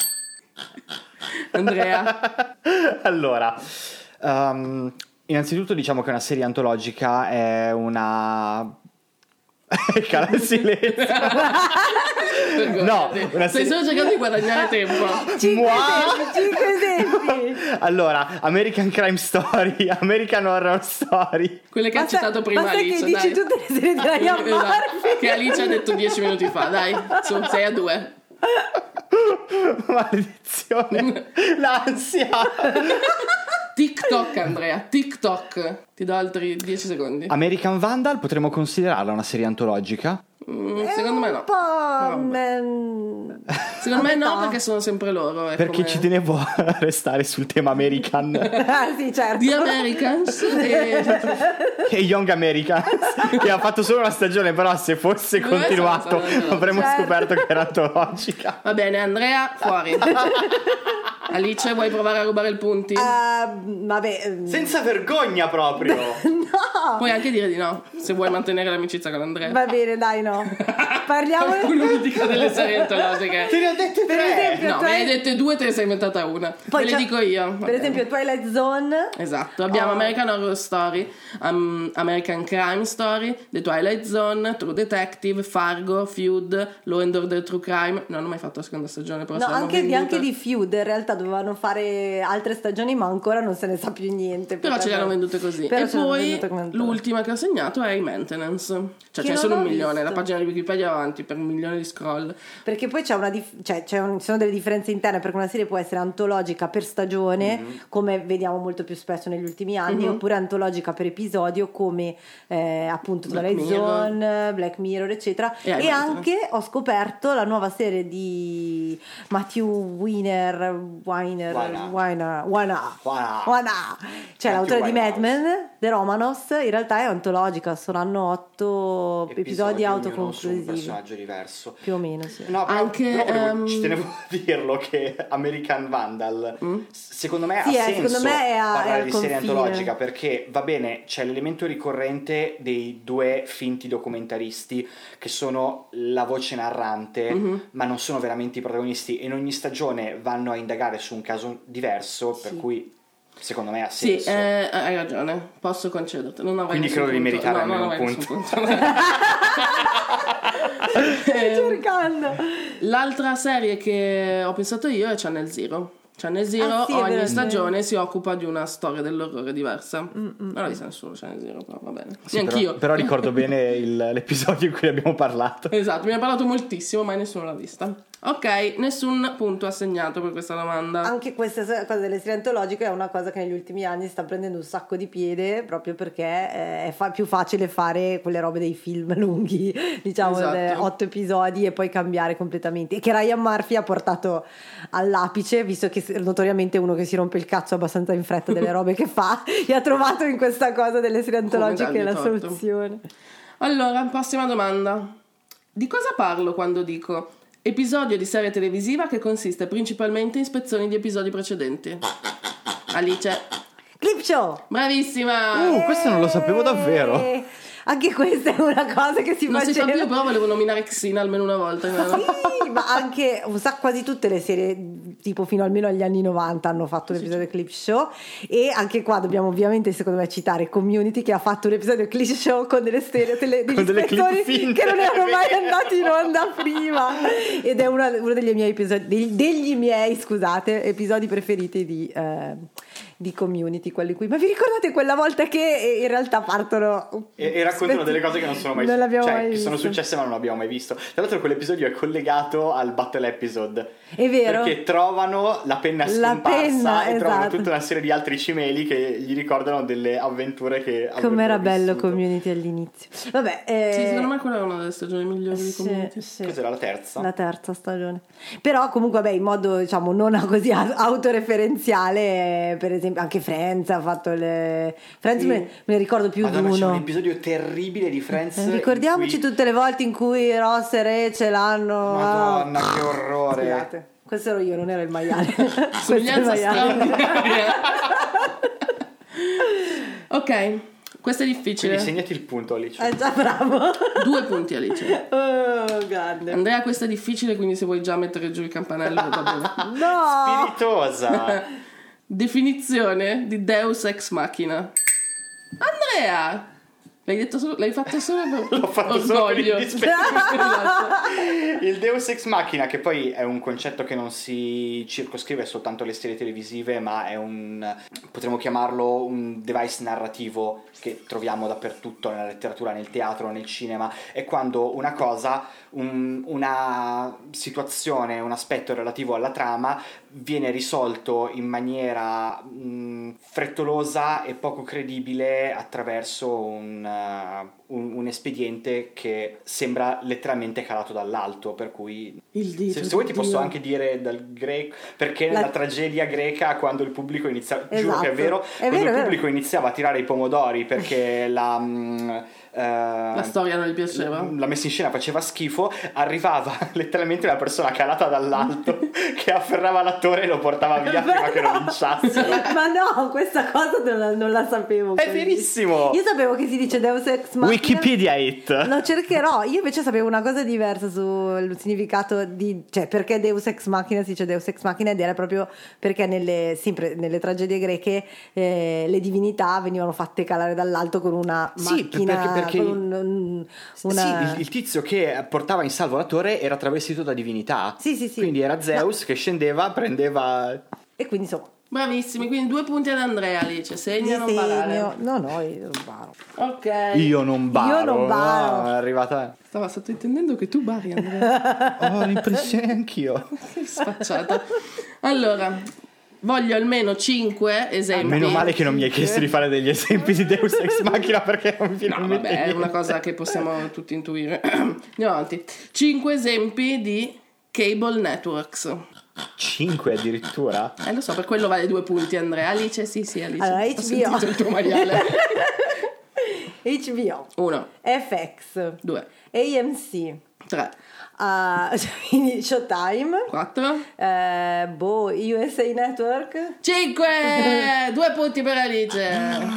Andrea. Allora, um, innanzitutto diciamo che una serie antologica è una... Cala il silenzio. No, una Stai serie- solo cercando di guadagnare tempo. Cinque Mua! esempi, cinque esempi. Allora, American Crime Story, American Horror Story. Quelle che ha Basta- citato prima basta Alice, che dici dai. tutte le serie di Ryan Esatto, Murphy. che Alice ha detto dieci minuti fa, dai, su, sei a due. Maledizione, l'ansia. TikTok, Andrea, TikTok. Ti do altri dieci secondi. American Vandal potremmo considerarla una serie antologica? Mm, secondo me no. Un po'. No, mm, Secondo me a no, metà. perché sono sempre loro. è Perché come- ci tenevo a restare sul tema American Ah, sì, certo. The Americans e... e Young Americans, che ha fatto solo una stagione, però se fosse Non è continuato stata antologica. avremmo Certo. scoperto che era antologica. Va bene, Andrea, fuori. Alice, vuoi provare a rubare il punti? Ah, vabbè. mm, Senza vergogna proprio. No. Puoi anche dire di no, se vuoi mantenere l'amicizia con Andrea. Va bene, dai, no. Parliamo. Qualcuno mi dica delle serie antologiche. Te ne ho dette Per tre. esempio, No, tu me ne hai- hai dette due, te ne sei inventata una. Poi Ve le c'è- dico io. Per esempio, Twilight Zone. Esatto, abbiamo Oh. American Horror Story, um, American Crime Story, The Twilight Zone, True Detective, Fargo, Feud, Law and Order True Crime. Non ho mai fatto la seconda stagione, però No, ce l'hanno anche di, venduta. anche di Feud. In realtà dovevano fare altre stagioni, ma ancora non se ne sa più niente. Però ce le hanno vendute così. Però E ce l'hanno poi vendute come- l'ultima che ho segnato è i Maintenance. Cioè Che c'è non solo ho un milione. visto. La pagina di Wikipedia avanti per milioni di scroll. Perché poi c'è una dif- cioè, c'è un- ci sono delle differenze interne, perché una serie può essere antologica per stagione, mm-hmm. come vediamo molto più spesso negli ultimi anni, mm-hmm. oppure antologica per episodio, come eh, appunto Twilight Zone, Black Mirror, eccetera. E, e anche ho scoperto la nuova serie di Matthew Weiner, Weiner, Weiner, Weiner, Weiner. Cioè l'autore di Mad Men, The Romanos, in realtà è antologica, saranno otto episodi, episodi autoconclusivi. Un personaggio diverso. Più o meno, sì. No, però, anche però um... ci tenevo a dirlo che American Vandal mm? secondo me sì, ha eh, senso me è a, parlare è di serie antologica, perché va bene, c'è l'elemento ricorrente dei due finti documentaristi che sono la voce narrante, mm-hmm. ma non sono veramente i protagonisti, e in ogni stagione vanno a indagare su un caso diverso, sì. per cui secondo me ha senso. Sì, eh, hai ragione, posso concederti. Non Quindi credo di meritare no, almeno un punto. punto. cercando. L'altra serie che ho pensato io è Channel Zero. Channel Zero ah, sì, ogni stagione si occupa di una storia dell'orrore diversa. Mm-mm. Non l'ho vista nessuno Channel Zero, però va bene. Sì, Neanch'io. Però, però ricordo bene il, l'episodio in cui abbiamo parlato. Esatto, mi ha parlato moltissimo, ma nessuno l'ha vista. Ok, nessun punto assegnato per questa domanda. Anche questa cosa delle serie antologiche è una cosa che negli ultimi anni sta prendendo un sacco di piede, proprio perché è fa- più facile fare quelle robe dei film lunghi, diciamo, esatto. otto episodi, e poi cambiare completamente. E che Ryan Murphy ha portato all'apice, visto che notoriamente è uno che si rompe il cazzo abbastanza in fretta delle robe che fa, e ha trovato in questa cosa delle serie antologiche la torto. soluzione. Allora, prossima domanda. Di cosa parlo quando dico episodio di serie televisiva che consiste principalmente in spezzoni di episodi precedenti? Alice. Clip Show. Bravissima. Uh, questo non lo sapevo davvero. Anche questa è una cosa che si non faceva. Non si fa più, però volevo nominare Xena almeno una volta. Sì, ma anche un sacco, quasi tutte le serie tipo fino almeno agli anni novanta hanno fatto l'episodio sì. Clip Show, e anche qua dobbiamo ovviamente secondo me citare Community, che ha fatto un episodio Clip Show con delle serie tele, degli spezzoni che non erano mai andati in onda prima, ed è una, uno degli miei episodi degli, degli miei scusate episodi preferiti di eh, di Community, quelli in cui ma vi ricordate quella volta che in realtà partono e, e raccontano delle cose che non sono mai, non cioè mai che sono successe ma non abbiamo mai visto. Tra l'altro quell'episodio è collegato al battle episode, è vero, perché trovano la penna scomparsa, la penna, e esatto. trovano tutta una serie di altri cimeli che gli ricordano delle avventure che com'era bello vissuto. Community all'inizio, vabbè eh... sì, secondo me quella era una delle stagioni migliori di Community. Sì, sì. Cos'era la terza? La terza stagione, però comunque vabbè in modo diciamo non così autoreferenziale, per esempio anche Friends ha fatto le Friends sì. me, me ne ricordo più Madonna, di uno. C'è un episodio terribile di Friends, eh, ricordiamoci cui... tutte le volte in cui Ross e Rachel hanno Madonna ah. che orrore. Scusate, questo ero io, non era il maiale. Questo è il maiale. Ok, questo è difficile. Quindi segnati il punto, Alice. Eh già, bravo. Due punti, Alice. Oh, grande. Andrea, questa è difficile, quindi se vuoi già mettere giù il campanello va bene. No! Spiritosa. Definizione di Deus Ex Machina. Andrea! L'hai detto solo, l'hai fatto solo per L'ho fatto orgoglio. solo per il dispetto. Il Deus Ex Machina, che poi è un concetto che non si circoscrive soltanto alle serie televisive, ma è un, potremmo chiamarlo un device narrativo che troviamo dappertutto, nella letteratura, nel teatro, nel cinema. È quando una cosa, un, una situazione, un aspetto relativo alla trama viene risolto in maniera mh, frettolosa e poco credibile attraverso un, uh, un, un espediente che sembra letteralmente calato dall'alto, per cui il dito se, se vuoi ti Dio. Posso anche dire dal greco, perché nella La... tragedia greca, quando il pubblico iniziava, esatto. giuro che è vero, è quando vero, il è pubblico vero. iniziava a tirare i pomodori perché la mh, Uh, la storia non gli piaceva, la messa in scena faceva schifo, arrivava letteralmente una persona calata dall'alto che afferrava l'attore e lo portava via prima che lo linciassero. Ma no, questa cosa non la, non la sapevo. È così. Verissimo. Io sapevo che si dice Deus Ex Machina. Wikipedia it. Lo cercherò. Io invece sapevo una cosa diversa sul significato di, cioè perché Deus Ex Machina si dice Deus Ex Machina, ed era proprio perché nelle, sempre nelle tragedie greche eh, le divinità venivano fatte calare dall'alto con una sì, macchina perché, perché con un, un, una... sì, il, il tizio che portava in salvo l'attore era travestito da divinità. Sì, sì, sì. Quindi era Zeus no. che scendeva, prendeva. E quindi insomma Bravissimi, quindi due punti ad Andrea, Alice. Segna, non barare. No, no, io non baro. Ok. Io non baro. Io non baro. No, è arrivata. Stava sottointendendo che tu bari, Andrea. Ho l'impressione anch'io. Che sfacciata. Allora, voglio almeno cinque esempi. Meno male che non mi hai chiesto di fare degli esempi di Deus Ex Machina, perché non mi No, vabbè, è una cosa che possiamo tutti intuire. Andiamo avanti. cinque esempi di cable networks. cinque addirittura? Eh, lo so, per quello vale due punti, Andrea. Alice, sì, sì, Alice. Allora, Ho H B O. sentito il tuo maiale. H B O, Uno, F X, due, A M C, tre, uh, quindi Showtime, quattro, eh, boh, U S A Network. cinque. Due punti per Alice.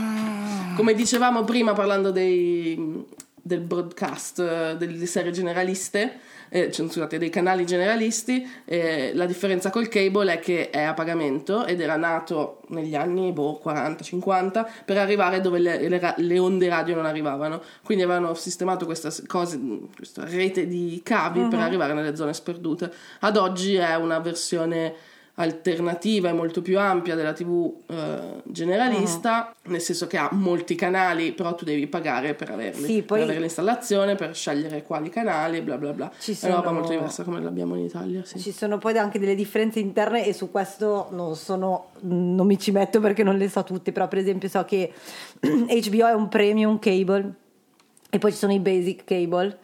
Come dicevamo prima parlando dei, del broadcast, delle serie generaliste, eh, cioè, scusate, dei canali generalisti, eh, la differenza col cable è che è a pagamento ed era nato negli anni boh, quaranta cinquanta per arrivare dove le, le, le onde radio non arrivavano, quindi avevano sistemato questa, cose, questa rete di cavi uh-huh. per arrivare nelle zone sperdute. Ad oggi è una versione alternativa e molto più ampia della tivù eh, generalista, uh-huh. nel senso che ha molti canali, però tu devi pagare per averli, sì, poi... per avere l'installazione, per scegliere quali canali, bla bla bla. Ci è sono... una roba molto diversa come l'abbiamo in Italia. Sì. Ci sono poi anche delle differenze interne e su questo non sono, non mi ci metto perché non le so tutte, però per esempio so che H B O è un premium cable e poi ci sono i basic cable.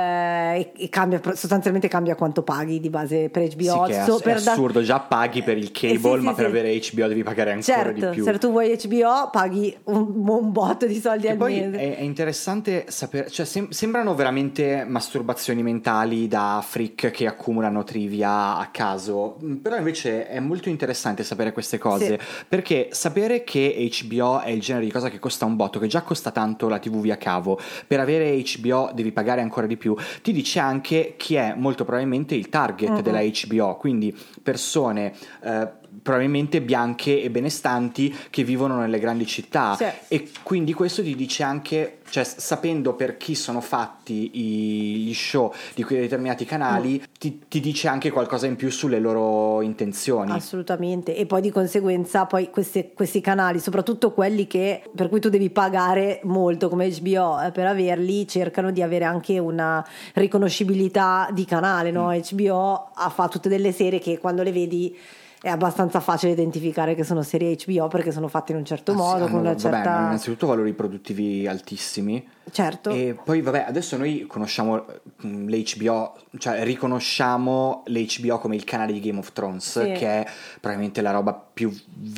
Eh, e cambia, sostanzialmente cambia quanto paghi di base per H B O. Sì, che è, so, è per assurdo, da... già paghi per il cable, eh, sì, ma sì, per sì. avere H B O devi pagare ancora certo, di più. Se tu vuoi H B O paghi un, un botto di soldi e al poi mese. È, è interessante sapere, cioè sem- sembrano veramente masturbazioni mentali da freak che accumulano trivia a caso, però invece è molto interessante sapere queste cose, sì. Perché sapere che H B O è il genere di cosa che costa un botto, che già costa tanto la tivù via cavo, per avere H B O devi pagare ancora di più, ti dice anche chi è molto probabilmente il target uh-huh. della H B O, quindi persone eh, probabilmente bianche e benestanti che vivono nelle grandi città, sì. E quindi questo ti dice anche, cioè sapendo per chi sono fatti i, gli show di quei determinati canali, mm. ti, ti dice anche qualcosa in più sulle loro intenzioni. Assolutamente, e poi di conseguenza poi questi, questi canali, soprattutto quelli che per cui tu devi pagare molto come H B O eh, per averli, cercano di avere anche una riconoscibilità di canale, no? Mm. H B O ha fa tutte delle serie che quando le vedi è abbastanza facile identificare che sono serie H B O perché sono fatte in un certo ah, modo, sì, con una vabbè, certa... hanno innanzitutto valori produttivi altissimi. Certo. E poi vabbè, adesso noi conosciamo l'H B O, cioè riconosciamo l'H B O come il canale di Game of Thrones, sì. Che è probabilmente la roba più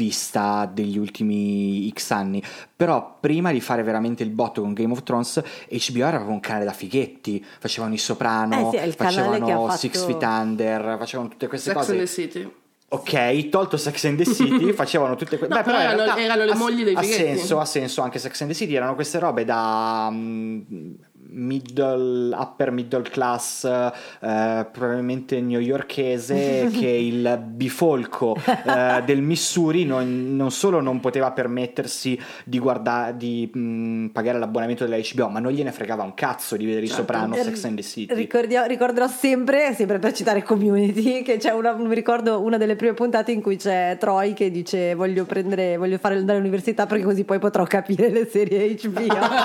vista degli ultimi X anni. Però prima di fare veramente il botto con Game of Thrones, H B O era proprio un canale da fighetti. Facevano i Soprano, eh sì, facevano fatto... Six Feet Under, facevano tutte queste Sex cose. and the City. Ok, tolto Sex and the City, facevano tutte queste... No, però, però erano, realtà, erano le mogli dei fighetti. Ha senso, ha senso, anche Sex and the City erano queste robe da um, middle, upper middle class, eh, probabilmente newyorkese, che il bifolco eh, del Missouri non, non solo non poteva permettersi di guardare, di mh, pagare l'abbonamento della H B O, ma non gliene fregava un cazzo di vedere i certo. Soprano, Sex and the City. Ricordio, ricorderò sempre, sempre per citare Community, che c'è una, mi ricordo una delle prime puntate in cui c'è Troy che dice voglio prendere, voglio fare andare all'università perché così poi potrò capire le serie H B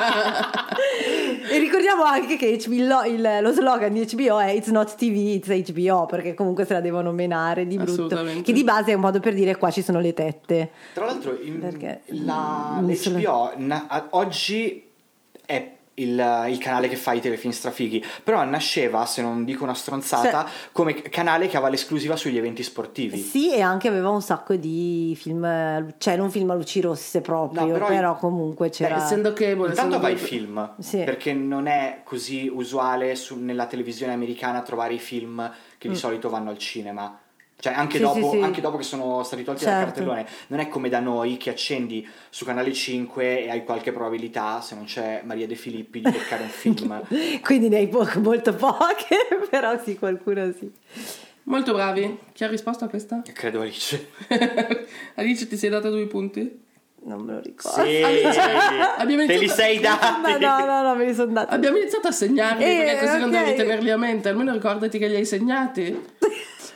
O. E ricordiamo anche che H B O, il, lo slogan di H B O è It's not T V, it's H B O, perché comunque se la devono menare di brutto, che di base è un modo per dire qua ci sono le tette. Tra l'altro in, perché, la, l'H B O na, oggi è Il, il canale che fa i telefilm strafighi, però nasceva, se non dico una stronzata, sì. come canale che aveva l'esclusiva sugli eventi sportivi. Sì, e anche aveva un sacco di film, cioè non film a luci rosse proprio, no, però, però comunque c'era... Beh, essendo cable, intanto va i che... film, sì. Perché non è così usuale su, nella televisione americana trovare i film che di mm. solito vanno al cinema. Cioè anche, sì, dopo, sì, sì. anche dopo che sono stati tolti certo. dal cartellone, non è come da noi che accendi su Canale cinque e hai qualche probabilità, se non c'è Maria De Filippi, di beccare un film. Quindi ne hai po- molto poche, però sì, qualcuno sì. Molto bravi. Chi ha risposto a questa? Credo Alice. Alice, ti sei data due punti? Non me lo ricordo. Sì, abbiamo te li sei dati. No, no, no, no, me li sono dati. Abbiamo iniziato a segnarli, eh, perché così okay. non devi tenerli a mente. Almeno ricordati che li hai segnati.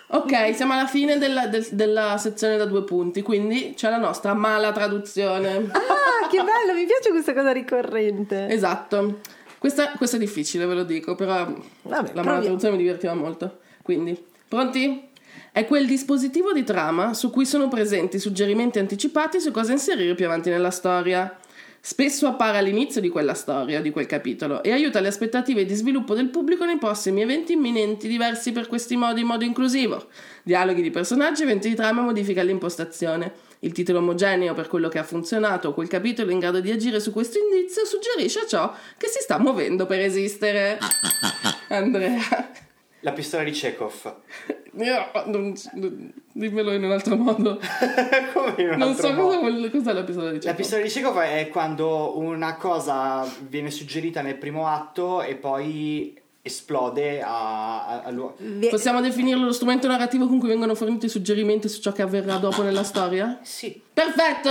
Ok, siamo alla fine della, del- della sezione da due punti, quindi c'è la nostra mala traduzione. Ah, che bello, mi piace questa cosa ricorrente. Esatto. Questa, questa è difficile, ve lo dico, però Vabbè, la mala proviamo. traduzione mi divertiva molto. Quindi, pronti? È quel dispositivo di trama su cui sono presenti suggerimenti anticipati su cosa inserire più avanti nella storia. Spesso appare all'inizio di quella storia, di quel capitolo, e aiuta le aspettative di sviluppo del pubblico nei prossimi eventi imminenti diversi per questi modi in modo inclusivo. Dialoghi di personaggi, eventi di trama, modifica l'impostazione. Il titolo omogeneo per quello che ha funzionato o quel capitolo in grado di agire su questo indizio suggerisce ciò che si sta muovendo per esistere. Andrea. La pistola di Chekhov. Io, non, non- dimmelo in un altro modo. Come in un Non altro so modo? cosa vuol- cos'è la pistola di La Chekhov. pistola di Chekhov è quando una cosa viene suggerita nel primo atto e poi esplode a, a, a lu- Vi- Possiamo definirlo lo strumento narrativo con cui vengono forniti suggerimenti su ciò che avverrà dopo nella storia? Sì. Perfetto!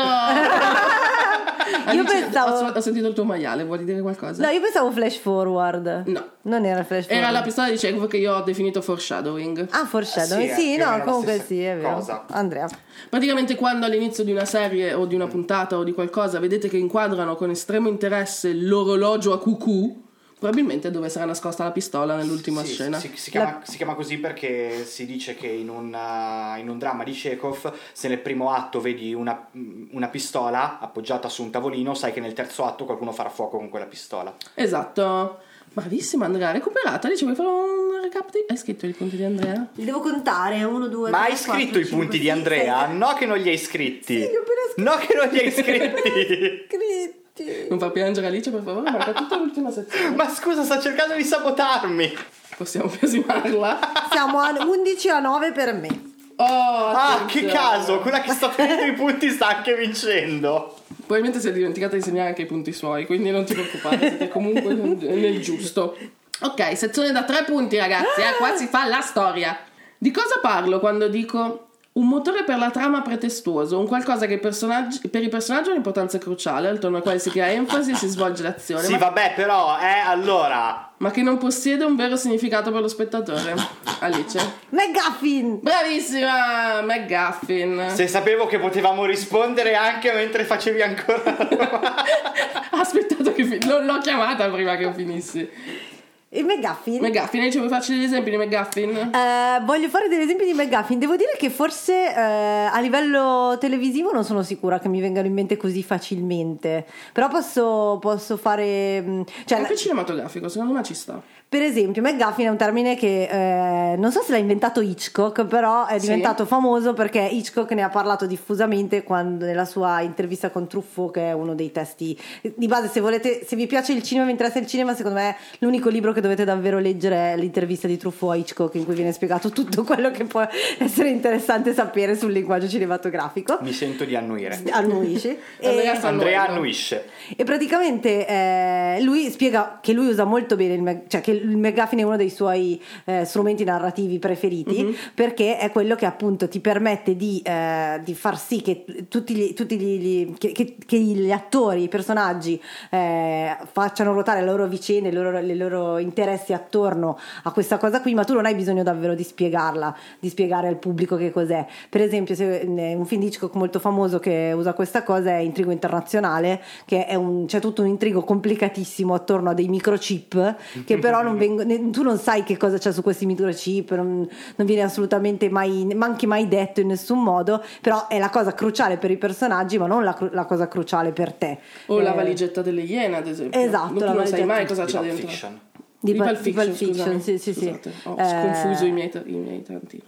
Io Alice, pensavo- ho, ho sentito il tuo maiale, vuoi dire qualcosa? No, io pensavo flash forward. No. Non era flash forward. Era la pistola di Chekhov che io ho definito foreshadowing. Ah, foreshadowing. Sì, Sì, è più o no, meno la comunque stessa sì, è vero. cosa. Andrea. Praticamente quando all'inizio di una serie o di una puntata o di qualcosa vedete che inquadrano con estremo interesse l'orologio a cucù, probabilmente è dove sarà nascosta la pistola nell'ultima Sì, scena. Si, si chiama, si chiama così perché si dice che in un, uh, in un dramma di Chekhov, se nel primo atto vedi una, una pistola appoggiata su un tavolino, sai che nel terzo atto qualcuno farà fuoco con quella pistola. Esatto. Bravissima Andrea, recuperata. Dice, vuoi fare un recap? Di... Hai scritto i punti di Andrea? Li devo contare, uno, due, Ma tre, hai quattro, scritto i cinque, punti di sei, Andrea? sei. No che non li hai scritti. Sì, li ho appena scritti. No che non li hai scritti. Scritti. Non fa piangere Alice, per favore, manca tutta l'ultima sezione. Ma scusa, sta cercando di sabotarmi. Possiamo biasimarla? Siamo a undici a nove per me. Oh, Ah, che attenzione. caso, quella che sta prendendo i punti sta anche vincendo. Probabilmente si è dimenticata di segnare anche i punti suoi, quindi non ti preoccupare, siete comunque nel giusto. Ok, sezione da tre punti ragazzi, eh, qua si fa la storia. Di cosa parlo quando dico un motore per la trama pretestuoso, un qualcosa che i personaggi- per i personaggi ha un'importanza cruciale, attorno al quale si crea enfasi e si svolge l'azione, Sì, ma, vabbè, però, eh, allora. ma che non possiede un vero significato per lo spettatore. Alice? McGuffin. Bravissima, McGuffin. Se sapevo che potevamo rispondere anche mentre facevi ancora. Ha aspettato che fin- l'ho, l'ho chiamata prima che io finissi. Il McGuffin. McGuffin, Alice, vuoi farci degli esempi di McGuffin? Eh, voglio fare degli esempi di McGuffin. Devo dire che forse eh, a livello televisivo non sono sicura che mi vengano in mente così facilmente. Però posso, posso fare. mh, Cioè, Anche cinematografico, secondo me ci sta. per esempio, McGuffin è un termine che eh, non so se l'ha inventato Hitchcock, però è Sì. diventato famoso perché Hitchcock ne ha parlato diffusamente quando, nella sua intervista con Truffaut, che è uno dei testi di base. Se volete, se vi piace il cinema, vi interessa il cinema, secondo me l'unico libro che dovete davvero leggere è l'intervista di Truffaut a Hitchcock, in cui viene spiegato tutto quello che può essere interessante sapere sul linguaggio cinematografico. Mi sento di annuire. Annuisce. Andrea e, sta Andrea annuendo. annuisce. e praticamente eh, lui spiega che lui usa molto bene il Mac- cioè che il McGuffin è uno dei suoi eh, strumenti narrativi preferiti, Mhm. perché è quello che appunto ti permette di, eh, di far sì che tutti gli, tutti gli, gli- che, che- che gli attori, i personaggi eh, facciano ruotare le loro vicende, i loro, i loro interessi attorno a questa cosa qui, ma tu non hai bisogno davvero di spiegarla, di spiegare al pubblico che cos'è. Per esempio, se, un film di Hitchcock molto famoso che usa questa cosa è Intrigo internazionale, che è un, c'è tutto un intrigo complicatissimo attorno a dei microchip che però non vengono, tu non sai che cosa c'è su questi microchip, non, non viene assolutamente mai, ma anche mai detto in nessun modo, però è la cosa cruciale per i personaggi, ma non la, cru- la cosa cruciale per te. O la Eh, valigetta delle Iene, ad esempio. Esatto, Tu la non sai valigetta- mai cosa Di c'è Pulp dentro. Fiction. Di Di Pulp- Pulp di Pulp Fiction, Fiction, scusami. sì, sì, sì. Scusate, ho Eh, sconfuso i miei, i miei tanti.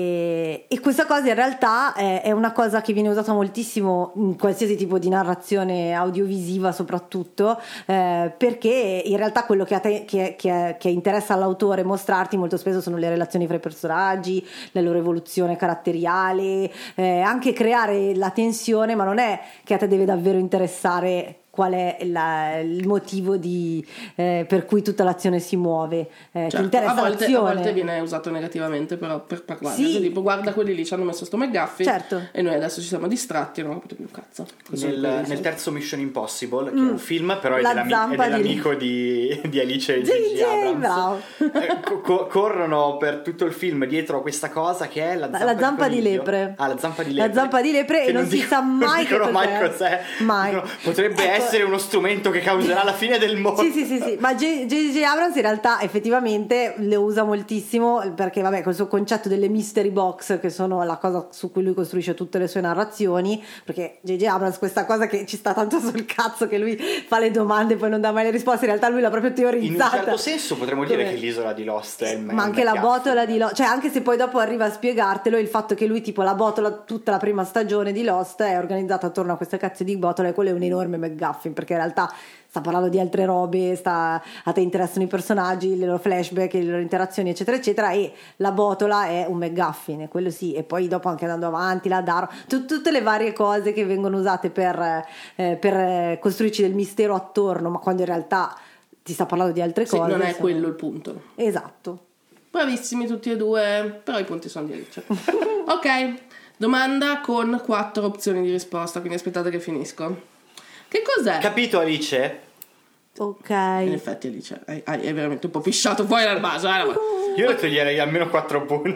E, e questa cosa in realtà è, è una cosa che viene usata moltissimo in qualsiasi tipo di narrazione audiovisiva, soprattutto eh, perché in realtà quello che, a te, che, che, che interessa all'autore mostrarti molto spesso sono le relazioni fra i personaggi, la loro evoluzione caratteriale, eh, anche creare la tensione, ma non è che a te deve davvero interessare qual è la, il motivo di, eh, per cui tutta l'azione si muove. Eh, Certo, ti interessa a, volte, a l'azione. volte viene usato negativamente però per parlare, Sì. cioè, tipo guarda quelli lì ci hanno messo sto McGuffin Certo. e noi adesso ci siamo distratti e non ho capito più un cazzo. Questo è Nel, quello che nel dice. terzo Mission Impossible, che è un film, però è, La dell'ami- è zampa di- dell'amico di, di Alice e Sì, J J sì, Abrams. bravo. Eh, co- co- corrono per tutto il film dietro a questa cosa che è la zampa, La zampa di coniglio. lepre. Ah, la zampa di lepre. La zampa di lepre, Che e non si dico- sa mai non dicono che mai cos'è. cos'è. Mai. Dicono, potrebbe Ecco. essere uno strumento che causerà la fine del mondo. Sì, sì, sì, sì. Ma J J Abrams in realtà effettivamente le usa moltissimo, perché vabbè, questo concetto delle mystery box, che sono la cosa su cui lui costruisce tutte le sue narrazioni, perché J J Abrams, questa cosa che ci sta tanto sul cazzo, che lui fa le domande e poi non dà mai le risposte, in realtà lui l'ha proprio In un teorizzata. certo senso potremmo dire Dove- che l'isola di Lost è il ma anche la McGuffin. botola di Lost, cioè anche se poi dopo arriva a spiegartelo, il fatto che lui tipo la botola, tutta la prima stagione di Lost è organizzata attorno a queste cazzo di botole, e quello è un enorme McGuffin, perché in realtà sta parlando di altre robe, sta, a te interessano i personaggi, le loro flashback, le loro interazioni eccetera eccetera, e la botola è un McGuffin, e quello sì. E poi dopo anche andando avanti la Daro, tut- tutte le varie cose che vengono usate per, eh, per eh, costruirci del mistero attorno, ma quando in realtà ti sta parlando di altre Sì, cose, non è sono- quello il punto. esatto. Bravissimi tutti e due, però i punti sono di Alice. Ok, domanda con quattro opzioni di risposta, quindi aspettate che finisco. Che cos'è? Capito, Alice? Ok. In effetti Alice hai, hai hai veramente un po' pisciato fuori dal vaso. Eh? Io le toglierei almeno quattro punti.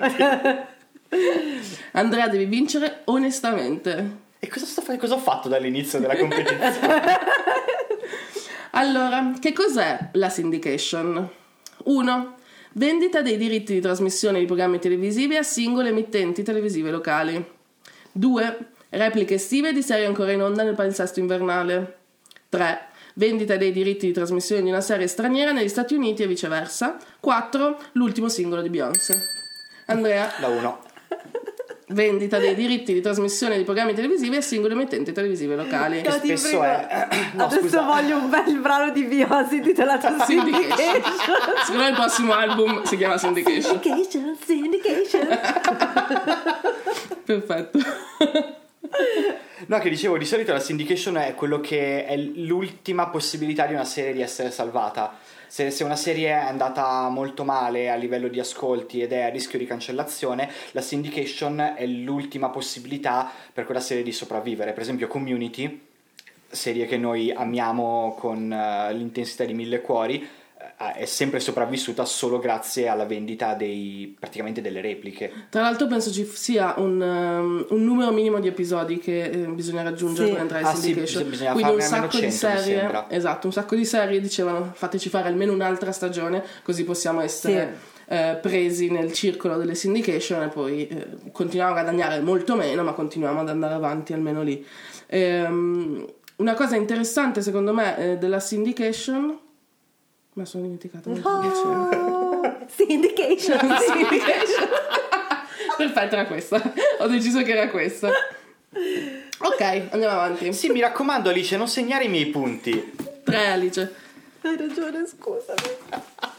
Andrea, devi vincere onestamente. E cosa, sto fa- cosa ho fatto dall'inizio della competizione? Allora, che cos'è la syndication? uno. Vendita dei diritti di trasmissione di programmi televisivi a singole emittenti televisive locali. due. Repliche estive di serie ancora in onda nel palinsesto invernale. tre. Vendita dei diritti di trasmissione di una serie straniera negli Stati Uniti e viceversa. quattro. L'ultimo singolo di Beyoncé. Andrea, La uno. vendita dei diritti di trasmissione di programmi televisivi a singole emittenti televisive locali. No, ti spesso prego. è- no, Adesso scusa. voglio un bel brano di Beyoncé intitolato Syndication. Syndication. Secondo me il prossimo album si chiama Syndication. Syndication, syndication. Perfetto. No, che dicevo, di solito la syndication è quello che è l'ultima possibilità di una serie di essere salvata. Se, se una serie è andata molto male a livello di ascolti ed è a rischio di cancellazione, la syndication è l'ultima possibilità per quella serie di sopravvivere. Per esempio Community, serie che noi amiamo con uh, l'intensità di mille cuori, uh, è sempre sopravvissuta solo grazie alla vendita dei praticamente delle repliche. Tra l'altro penso ci sia un, um, un numero minimo di episodi che eh, bisogna raggiungere Sì. per entrare in Ah, sì, syndication. bis- bisogna Quindi un farne almeno sacco di cento, mi serie, sembra. esatto, un sacco di serie dicevano fateci fare almeno un'altra stagione così possiamo essere eh, presi nel circolo delle syndication e poi eh, continuiamo a guadagnare molto meno, ma continuiamo ad andare avanti almeno lì. Ehm, una cosa interessante secondo me eh, della syndication, ma sono dimenticata Oh, syndication. syndication. Perfetto, era questa. Ho deciso che era questa. Ok, andiamo avanti. Sì, mi raccomando Alice, non segnare i miei punti. Tre, Alice. Hai ragione, scusami.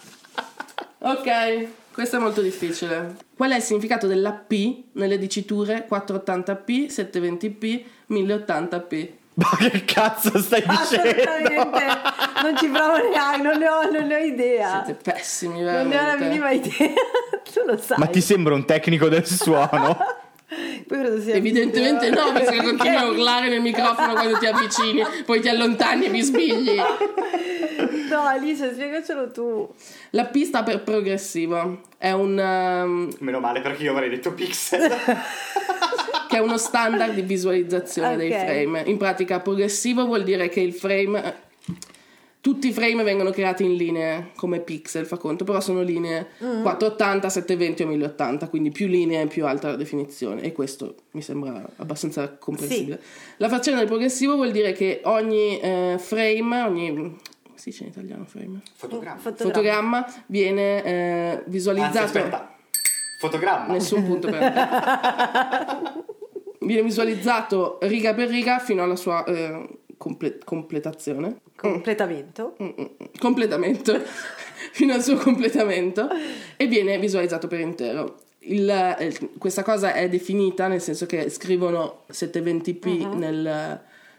Ok, questo è molto difficile. Qual è il significato della P nelle diciture quattrocentottanta p, settecentoventi p, mille ottanta p? Ma che cazzo stai dicendo? Assolutamente. Non ci provo neanche, non ne ho, non ne ho idea. Siete pessimi, Non veramente. ne ho la minima idea. Tu lo sai. Ma ti sembra un tecnico del suono? Poi credo sia Evidentemente video. no, perché Ok. continui a urlare nel microfono quando ti avvicini, poi ti allontani e mi sbigli. No, Alice, spiegacelo tu. La P sta per progressivo. È un... um, Meno male, perché io avrei detto pixel. che è uno standard di visualizzazione Ok. dei frame. In pratica progressivo vuol dire che il frame, tutti i frame vengono creati in linee come pixel, fa conto, però sono linee Mm. quattrocentottanta, settecentoventi o mille ottanta, quindi più linee e più alta la definizione, e questo mi sembra abbastanza comprensibile. La faccenda del progressivo vuol dire che ogni eh, frame, ogni... come si dice in italiano frame? Fotogramma. Fotogramma. Fotogramma viene eh, Anzi, visualizzato... aspetta. Fotogramma. Nessun punto per me. Viene visualizzato riga per riga fino alla sua eh, comple- completazione. Completamento. Mm, mm, mm. Completamento. Fino al suo completamento. E viene visualizzato per intero. Il, eh, questa cosa è definita nel senso che scrivono settecentoventi p Uh-huh. nel,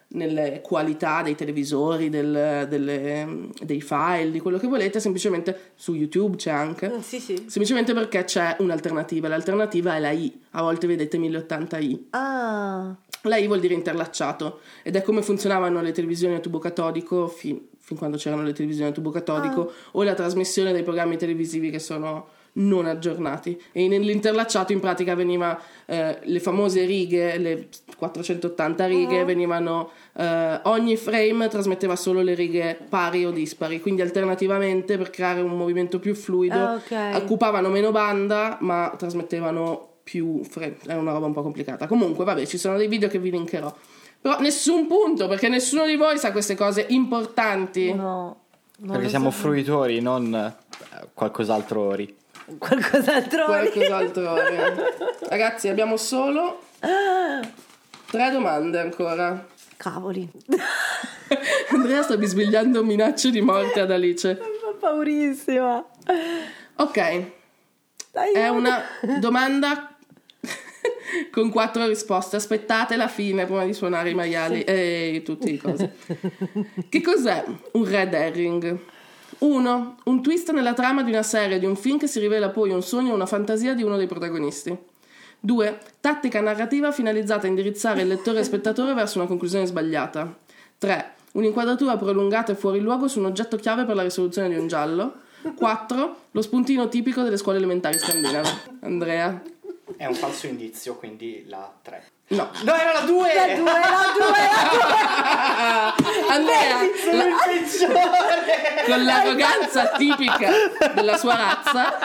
nelle qualità dei televisori, del, delle, dei file, di quello che volete, semplicemente su YouTube c'è anche, sì, sì. semplicemente perché c'è un'alternativa. L'alternativa è la I, a volte vedete mille ottanta i. Ah. La I vuol dire interlacciato, ed è come funzionavano le televisioni a tubo catodico fin, fin quando c'erano le televisioni a tubo catodico, ah. o la trasmissione dei programmi televisivi che sono non aggiornati, e nell'interlacciato in pratica veniva eh, le famose righe, le quattrocentottanta righe, uh-huh. venivano eh, ogni frame trasmetteva solo le righe pari o dispari, quindi alternativamente per creare un movimento più fluido ah, okay. occupavano meno banda ma trasmettevano più frame. È una roba un po' complicata. Comunque vabbè, ci sono dei video che vi linkerò, però nessun punto, perché nessuno di voi sa queste cose importanti. No, perché siamo so. fruitori, non eh, qualcos'altro ori. Qualcos'altro Qualcos'altro ori. Ragazzi, abbiamo solo tre domande ancora. Cavoli. Andrea sta bisbigliando minacce di morte ad Alice. Mi fa paurissima. Ok. Dai, è una domanda con quattro risposte. Aspettate la fine prima di suonare i maiali e tutte le cose. Che cos'è un red herring? uno. Un twist nella trama di una serie, di un film che si rivela poi un sogno o una fantasia di uno dei protagonisti. due. Tattica narrativa finalizzata a indirizzare il lettore e spettatore verso una conclusione sbagliata. tre. Un'inquadratura prolungata e fuori luogo su un oggetto chiave per la risoluzione di un giallo. quattro. Lo spuntino tipico delle scuole elementari scandinave. Andrea? È un falso indizio, quindi la tre. No. No, era la due! La due, la due, la due! Andrea, sono la... il peggiore! Con l'arroganza tipica della sua razza,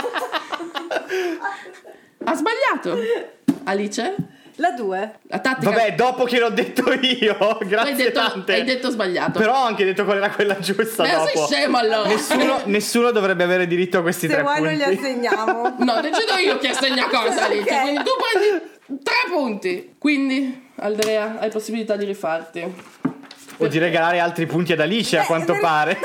ha sbagliato. Alice? La due. La tattica... Vabbè, dopo che l'ho detto io, grazie hai detto, tante. Hai detto sbagliato. Però ho anche detto qual era quella giusta. Ma dopo. sei scemo allora. Nessuno, nessuno dovrebbe avere diritto a questi Se tre vuoi punti. noi li assegniamo. No, decido io chi assegna cosa, Alice. Okay. Quindi tu prendi tre punti. Quindi, Andrea, hai possibilità di rifarti. O di regalare altri punti ad Alice, a quanto pare.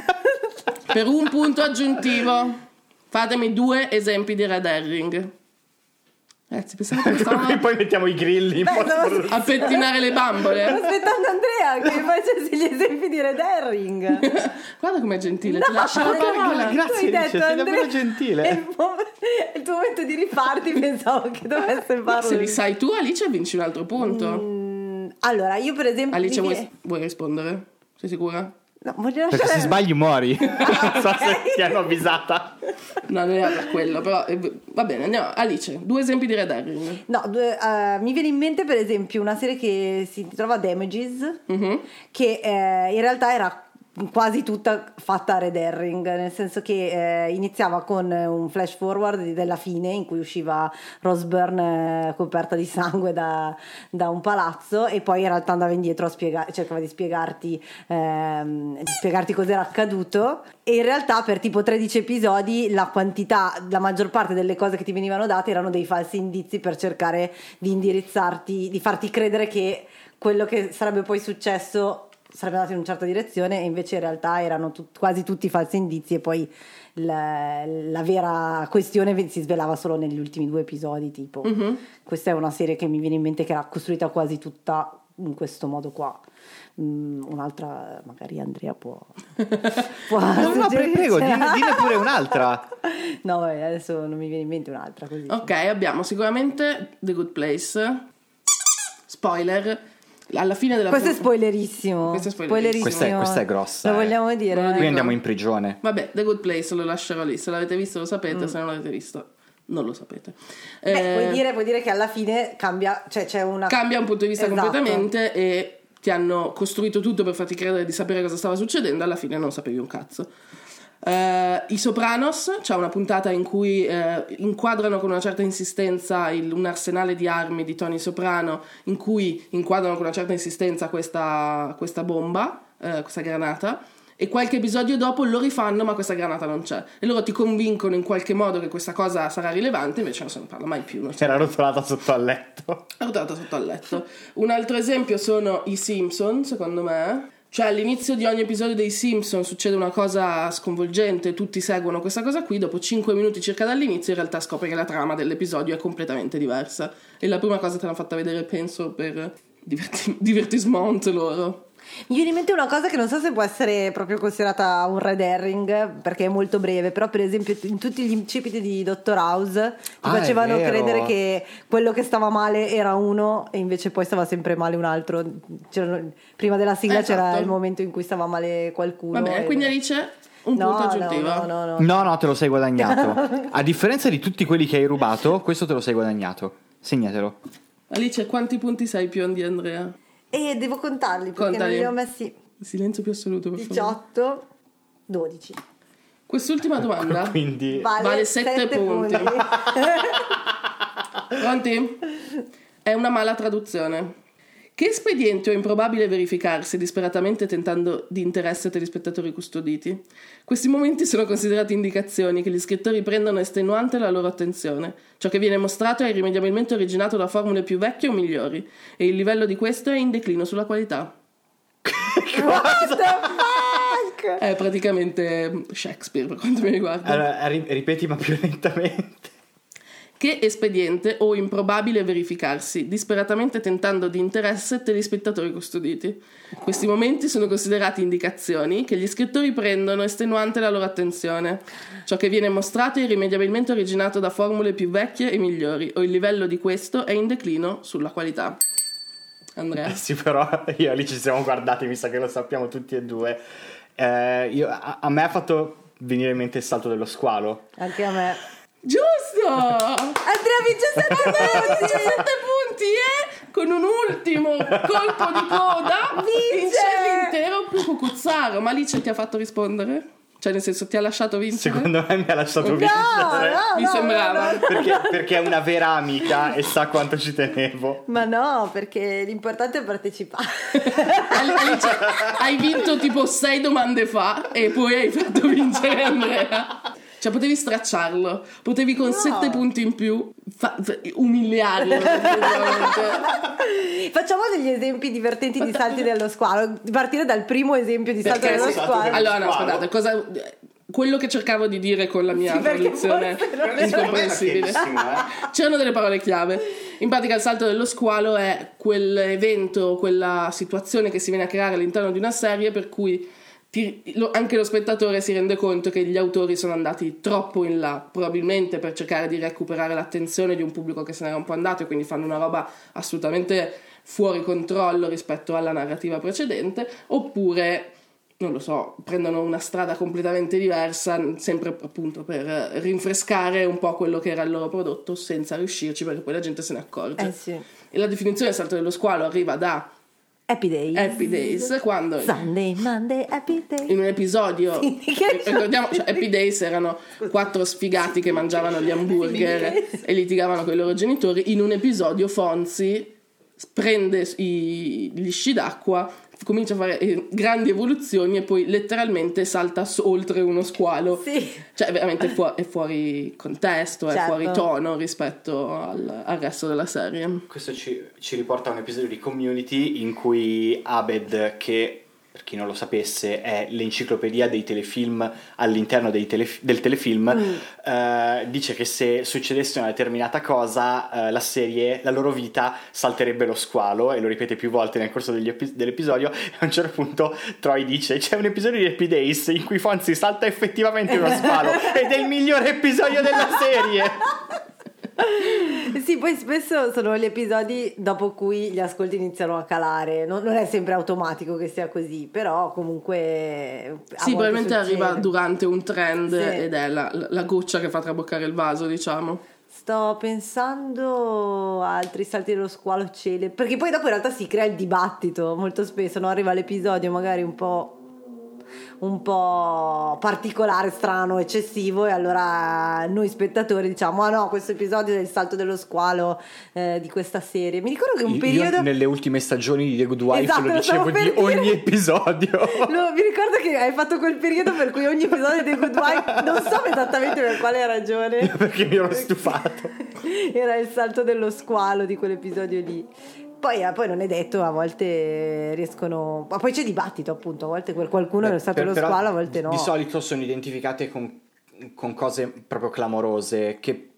Per un punto aggiuntivo, fatemi due esempi di red herring. Ragazzi, pensavo che stavamo E poi mettiamo i grilli in Beh, a pettinare le bambole. Sto aspettando Andrea che mi facessi gli esempi di red herring. Guarda com'è gentile, No, ti lascia la no, parola. grazie, tu hai Alice, detto, sei davvero Andrea, gentile. È il, mo- è il tuo momento di rifarti, pensavo che dovesse farlo. Se li sai tu, Alice, vinci un altro punto. Mm, allora, io per esempio... Alice, mi vuoi, viene- vuoi rispondere? Sei sicura? No, voglio Perché lasciare... se sbagli muori. Non so se ok. ti hanno avvisata. No, non era quello, però eh, va bene, andiamo. Alice, due esempi di red herring. No, due- eh, mi viene in mente per esempio una serie che si intitola Damages, Mhm. che eh, in realtà era quasi tutta fatta a red herring, nel senso che eh, iniziava con un flash forward di- della fine in cui usciva Rose Byrne eh, coperta di sangue da, da un palazzo, e poi in realtà andava indietro a spiegare, cercava di spiegarti ehm, di spiegarti cos'era accaduto, e in realtà per tipo tredici episodi la quantità, la maggior parte delle cose che ti venivano date erano dei falsi indizi per cercare di indirizzarti, di farti credere che quello che sarebbe poi successo sarebbe andato in una certa direzione, e invece in realtà erano tut- quasi tutti falsi indizi, e poi la, la vera questione si svelava solo negli ultimi due episodi tipo. Mhm. Questa è una serie che mi viene in mente che era costruita quasi tutta in questo modo qua. Mm, un'altra magari Andrea può, può No, no, suggerircela. prego, dine, dine pure un'altra. No, vabbè, adesso non mi viene in mente un'altra così. Ok, abbiamo sicuramente The Good Place. Spoiler. Alla fine della Questo è prima- spoilerissimo. Questo è spoilerissimo. Questa è, questa è grossa. Lo eh. vogliamo dire? Lo eh? Qui andiamo in prigione. Vabbè, The Good Place lo lascerò lì. Se l'avete visto lo sapete, se non l'avete visto non lo sapete. Beh, Eh, vuoi dire, vuoi dire che alla fine cambia, cioè c'è una... Cambia un punto di vista Esatto. completamente, e ti hanno costruito tutto per farti credere di sapere cosa stava succedendo, alla fine non sapevi un cazzo. Eh, I Sopranos, c'è una puntata in cui eh, inquadrano con una certa insistenza il- un arsenale di armi di Tony Soprano, in cui inquadrano con una certa insistenza questa, questa bomba, eh, questa granata, e qualche episodio dopo lo rifanno ma questa granata non c'è, e loro ti convincono in qualche modo che questa cosa sarà rilevante, invece non se ne parla mai più, non Era rotolata sotto al letto. è rotata sotto al letto. Un altro esempio sono i Simpson, secondo me. Cioè all'inizio di ogni episodio dei Simpson succede una cosa sconvolgente, tutti seguono questa cosa qui, dopo cinque minuti circa dall'inizio in realtà scopri che la trama dell'episodio è completamente diversa, e la prima cosa te l'hanno fatta vedere penso per diverti- divertissement loro. Mi viene in mente una cosa che non so se può essere proprio considerata un red herring perché è molto breve, però per esempio in tutti gli incipiti di Doctor House ti Ah, è facevano vero. credere che quello che stava male era uno e invece poi stava sempre male un altro. C'erano- prima della sigla Esatto. c'era il momento in cui stava male qualcuno. Va bene, e- quindi Alice, un no, punto no, aggiuntivo. no, no, no. No, no, te lo sei guadagnato. A differenza di tutti quelli che hai rubato, questo te lo sei guadagnato. Segnatelo. Alice, quanti punti sei più di Andrea? E devo contarli perché Contali. non li ho messi. Silenzio più assoluto, per favore. diciotto, dodici. Quest'ultima domanda Quindi vale sette punti. Pronti? È una mala traduzione. Che espediente o improbabile verificarsi disperatamente tentando di interesse ai telespettatori custoditi? Questi momenti sono considerati indicazioni che gli scrittori prendono estenuante la loro attenzione. Ciò che viene mostrato è irrimediabilmente originato da formule più vecchie o migliori, e il livello di questo è in declino sulla qualità. What the fuck? È praticamente Shakespeare per quanto mi riguarda. allora, ri- ripeti ma più lentamente. Che espediente o improbabile verificarsi, disperatamente tentando di interesse telespettatori custoditi. Questi momenti sono considerati indicazioni che gli scrittori prendono estenuante la loro attenzione. Ciò che viene mostrato è irrimediabilmente originato da formule più vecchie e migliori, o il livello di questo è in declino sulla qualità. Andrea? Eh sì, però io e lì ci siamo guardati, mi sa che lo sappiamo tutti e due. Eh, io- a, a me ha fatto venire in mente il salto dello squalo. Anche a me. Giusto! Andrea vince sette punti! diciassette punti e con un ultimo colpo di coda Vince! vince l'intero Cucuzzaro. Ma Alice ti ha fatto rispondere? Cioè nel senso ti ha lasciato vincere? Secondo me mi ha lasciato No, vincere. no, Mi no, sembrava. no, no. Perché, perché è una vera amica e sa quanto ci tenevo. Ma no, perché l'importante è partecipare. Alice, hai vinto tipo sei domande fa e poi hai fatto vincere Andrea. Cioè potevi stracciarlo, potevi con No. sette punti in più fa- fa- umiliarlo. praticamente. Facciamo degli esempi divertenti di salti dello squalo. Partire dal primo esempio di salto Perché dello sì. squalo. Allora no, Squalo. scusate, cosa... quello che cercavo di dire con la mia Sì, perché traduzione forse non è- incomprensibile. C'erano delle parole chiave. In pratica il salto dello squalo è quell'evento, quella situazione che si viene a creare all'interno di una serie per cui ti- lo- anche lo spettatore si rende conto che gli autori sono andati troppo in là, probabilmente per cercare di recuperare l'attenzione di un pubblico che se n'era un po' andato, e quindi fanno una roba assolutamente fuori controllo rispetto alla narrativa precedente, oppure non lo so, prendono una strada completamente diversa, sempre appunto per rinfrescare un po' quello che era il loro prodotto senza riuscirci, perché poi la gente se ne accorge. Eh sì. E la definizione del salto dello squalo arriva da Happy Days. Happy Days, quando Sunday, Monday, Happy Days. in un episodio, Sì, che ricordiamo, cioè Happy Days erano quattro sfigati che mangiavano gli hamburger e litigavano con i loro genitori. In un episodio Fonzie prende i- gli sci d'acqua, comincia a fare eh, grandi evoluzioni e poi letteralmente salta s- oltre uno squalo. Sì. Cioè veramente fu- è fuori contesto, è Certo. fuori tono rispetto al, al resto della serie. Questo ci, ci riporta a un episodio di Community in cui Abed, che per chi non lo sapesse è l'enciclopedia dei telefilm all'interno dei telef- del telefilm, eh, dice che se succedesse una determinata cosa, eh, la serie, la loro vita salterebbe lo squalo, e lo ripete più volte nel corso degli epi- dell'episodio. E a un certo punto Troy dice: c'è un episodio di Happy Days in cui Fonzie salta effettivamente uno squalo ed è il migliore episodio della serie. Sì, poi spesso sono gli episodi dopo cui gli ascolti iniziano a calare. Non, non è sempre automatico che sia così, però comunque. a Sì, volte probabilmente succede. arriva durante un trend Sì. ed è la, la- la goccia che fa traboccare il vaso, diciamo. Sto pensando a altri salti dello squalo celebri, perché poi dopo in realtà si crea il dibattito molto spesso, no? Arriva l'episodio magari un po' un po' particolare, strano, eccessivo, e allora noi spettatori diciamo: ah no, questo episodio del salto dello squalo eh, di questa serie. Mi ricordo che un Io periodo nelle ultime stagioni di The Good Wife Esatto, lo lo stavo dicevo di per dire. ogni episodio. No, mi ricordo che hai fatto quel periodo per cui ogni episodio di The Good Wife, non so esattamente per quale ragione, Perché mi ero stufato. era il salto dello squalo di quell'episodio lì. Poi, eh, poi non è detto, a volte riescono, ma poi c'è dibattito appunto, a volte quel qualcuno è stato Per- lo però squalo, a volte no. Di solito sono identificate con, con cose proprio clamorose che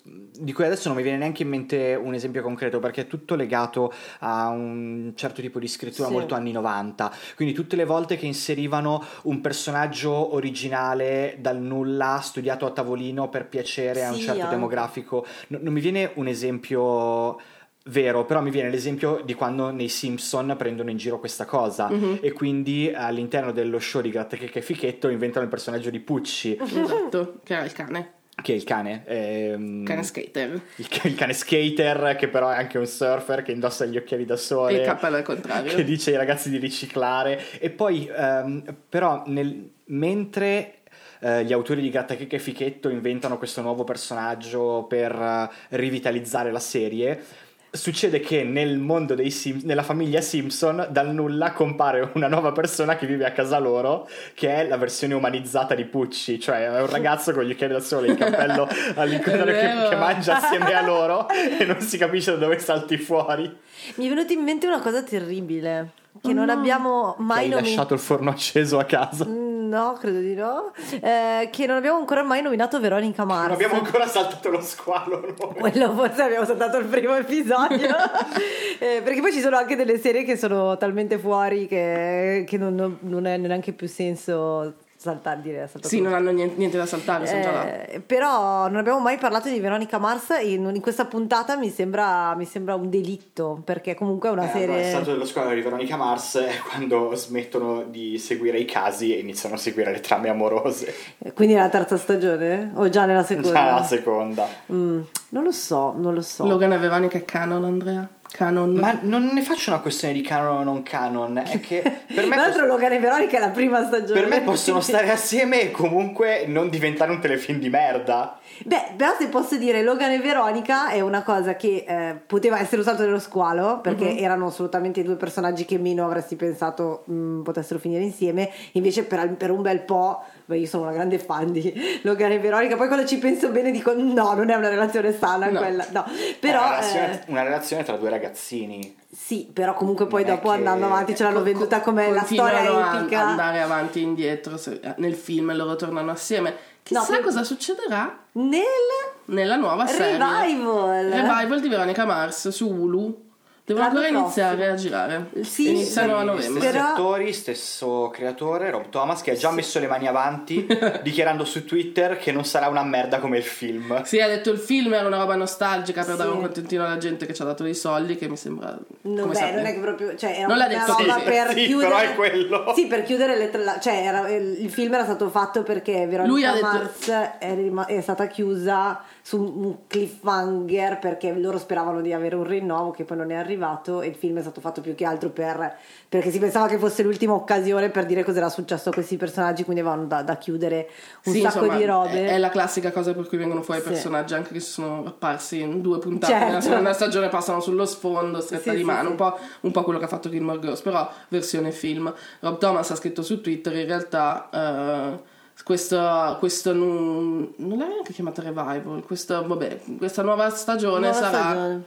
di cui adesso non mi viene neanche in mente un esempio concreto, perché è tutto legato a un certo tipo di scrittura, Sì. molto anni novanta, quindi tutte le volte che inserivano un personaggio originale dal nulla, studiato a tavolino per piacere a un Sì, certo anche. demografico, no- non mi viene un esempio vero, però mi viene l'esempio di quando nei Simpson prendono in giro questa cosa Mhm. e quindi all'interno dello show di Grattachecca e Fichetto inventano il personaggio di Pucci, Esatto, che era il cane. che è il cane, ehm, Cane skater. il, ca- il cane skater, che però è anche un surfer, che indossa gli occhiali da sole, E il cappello al contrario. che dice ai ragazzi di riciclare. E poi ehm, però nel- mentre eh, gli autori di Grattachecca e Fichetto inventano questo nuovo personaggio per eh, rivitalizzare la serie, succede che nel mondo dei Sim- nella famiglia Simpson dal nulla compare una nuova persona che vive a casa loro, che è la versione umanizzata di Pucci, cioè è un ragazzo con gli occhiali da sole, il cappello all'incontrario, È che, vero. che mangia assieme a loro e non si capisce da dove salti fuori. Mi è venuta in mente una cosa terribile che Oh non no. abbiamo Che mai hai nominato. lasciato il forno acceso a casa. No, credo di no. Eh, che non abbiamo ancora mai nominato Veronica Mars. Non abbiamo ancora saltato lo squalo noi. Quello forse abbiamo saltato il primo episodio. Eh, perché poi ci sono anche delle serie che sono talmente fuori che, che non, non, non è neanche più senso saltare, dire saltato. Sì, non hanno niente, niente da saltare, sono già là. Eh, però non abbiamo mai parlato di Veronica Mars e in, in questa puntata mi sembra, mi sembra un delitto, perché comunque è una Eh, allora, serie. il salto dello squalo di Veronica Mars è quando smettono di seguire i casi e iniziano a seguire le trame amorose. Quindi nella terza stagione? O già nella seconda? Già la seconda. Mm, non lo so, non lo so. Logan e Veronica è canon, Andrea? Canon. Ma non ne faccio una questione di canon o non canon, è che per me, Tra l'altro poss- Logan e Veronica è la prima stagione. per me possono stare assieme e comunque non diventare un telefilm di merda. Beh, però se posso dire, Logan e Veronica è una cosa che eh, poteva essere usato nello squalo, perché Mhm. erano assolutamente i due personaggi che meno avresti pensato mh, potessero finire insieme. Invece per, per un bel po', beh, io sono una grande fan di Logan e Veronica, poi quando ci penso bene dico no, non è una relazione sana No. quella, no. Però È una relazione, eh, una relazione tra due ragazzini. sì, però comunque poi Non è dopo che- andando avanti ce l'hanno Co- venduta come la continuano storia a epica. andare avanti e indietro se- nel film loro tornano assieme. Chissà No, per- cosa succederà Nel nella nuova serie revival. Revival di Veronica Mars su Hulu. Devono L'anno ancora iniziare prossimo. a girare. Sì, Iniziano a sì, novembre. Stessi Però- attori, stesso creatore, Rob Thomas, che ha già messo le mani avanti dichiarando su Twitter che non sarà una merda come il film. Sì, ha detto il film era una roba nostalgica per Sì. dare un contentino alla gente che ci ha dato dei soldi, che mi sembra No, come beh, sempre. non è che proprio, cioè, era Non l'ha una detto roba così. per Sì, chiudere. però è quello. Sì, per chiudere le tre, la- cioè era- il film era stato fatto perché Lui ha Veronica detto- Mars è, rima- è stata chiusa su un cliffhanger perché loro speravano di avere un rinnovo che poi non è arrivato e il film è stato fatto più che altro per, perché si pensava che fosse l'ultima occasione per dire cosa era successo a questi personaggi, quindi avevano da, da chiudere un Sì, sacco insomma, di robe. È, è la classica cosa per cui vengono fuori i Sì. personaggi anche che si sono apparsi in due puntate. Certo. Nella seconda stagione passano sullo sfondo, stretta Sì, di sì, mano, sì. Un, po', un po' quello che ha fatto Gilmore Girls, però versione film. Rob Thomas ha scritto su Twitter in realtà. eh, questo, questo non, non l'ha neanche chiamata revival. Questo, vabbè, questa nuova stagione Nuova sarà. stagione.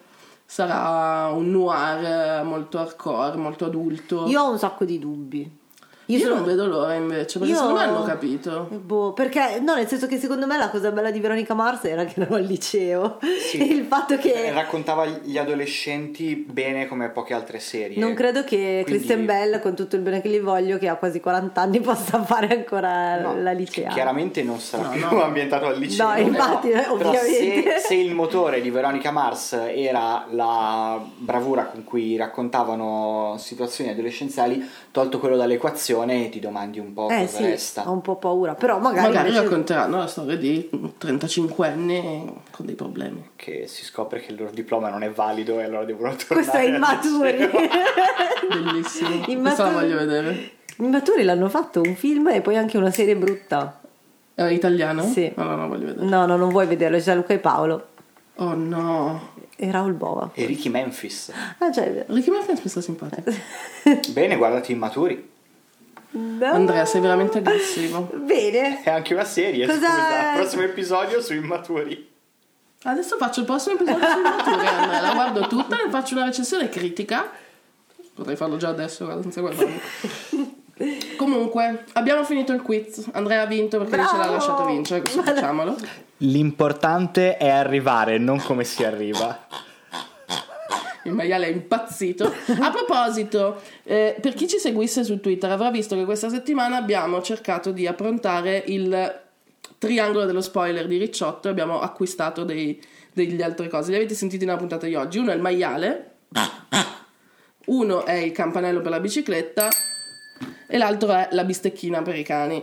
Sarà un noir eh, molto hardcore, molto adulto. Io ho un sacco di dubbi. Io sono- non vedo l'ora invece, perché Io- secondo me hanno capito. Boh, perché no, nel senso che secondo me la cosa bella di Veronica Mars era che andava al liceo. Sì. E il fatto Eh, che Raccontava gli adolescenti bene come poche altre serie. non credo che Quindi- Kristen Bell, con tutto il bene che gli voglio, che ha quasi quaranta anni, possa fare ancora No, la liceale. chiaramente non sarà No, più no. ambientato al liceo. No, infatti, però, però ovviamente. se, se il motore di Veronica Mars era la bravura con cui raccontavano situazioni adolescenziali, tolto quello dall'equazione, ti domandi un po' Eh cosa sì, resta. ho un po' paura, però magari, Magari invece- racconteranno la storia di trentacinquenni con dei problemi. Che si scopre che il loro diploma non è valido e allora devono tornare questo è al Immaturi. liceo. Bellissimo. Immaturi. Questa la voglio vedere. Immaturi l'hanno fatto un film e poi anche una serie brutta. È italiano? Sì. No, no, no, voglio vedere. No, no, non vuoi vederlo, c'è Luca e Paolo Oh no. e Raul Bova. E Ricky Memphis. Ah, cioè, è vero. Ricky Martin mi sta simpatico. Bene, guardati Immaturi. No. Andrea, sei veramente aggressivo. Bene. È anche una serie, Cosa- scusa. Prossimo episodio su Immaturi. Adesso faccio il prossimo episodio su Immaturi, Andrea. La guardo tutta e faccio una recensione critica. Potrei farlo già adesso, guarda, senza guardarlo. Comunque, abbiamo finito il quiz. Andrea ha vinto perché Bravo! ce l'ha lasciato vincere, così facciamolo. L'importante è arrivare, non come si arriva. Il maiale è impazzito. A proposito, eh, per chi ci seguisse su Twitter avrà visto che questa settimana abbiamo cercato di approntare il triangolo dello spoiler di Ricciotto e abbiamo acquistato dei, degli altre cose. Li avete sentiti nella puntata di oggi. Uno è il maiale, uno è il campanello per la bicicletta e l'altro è la bistecchina per i cani.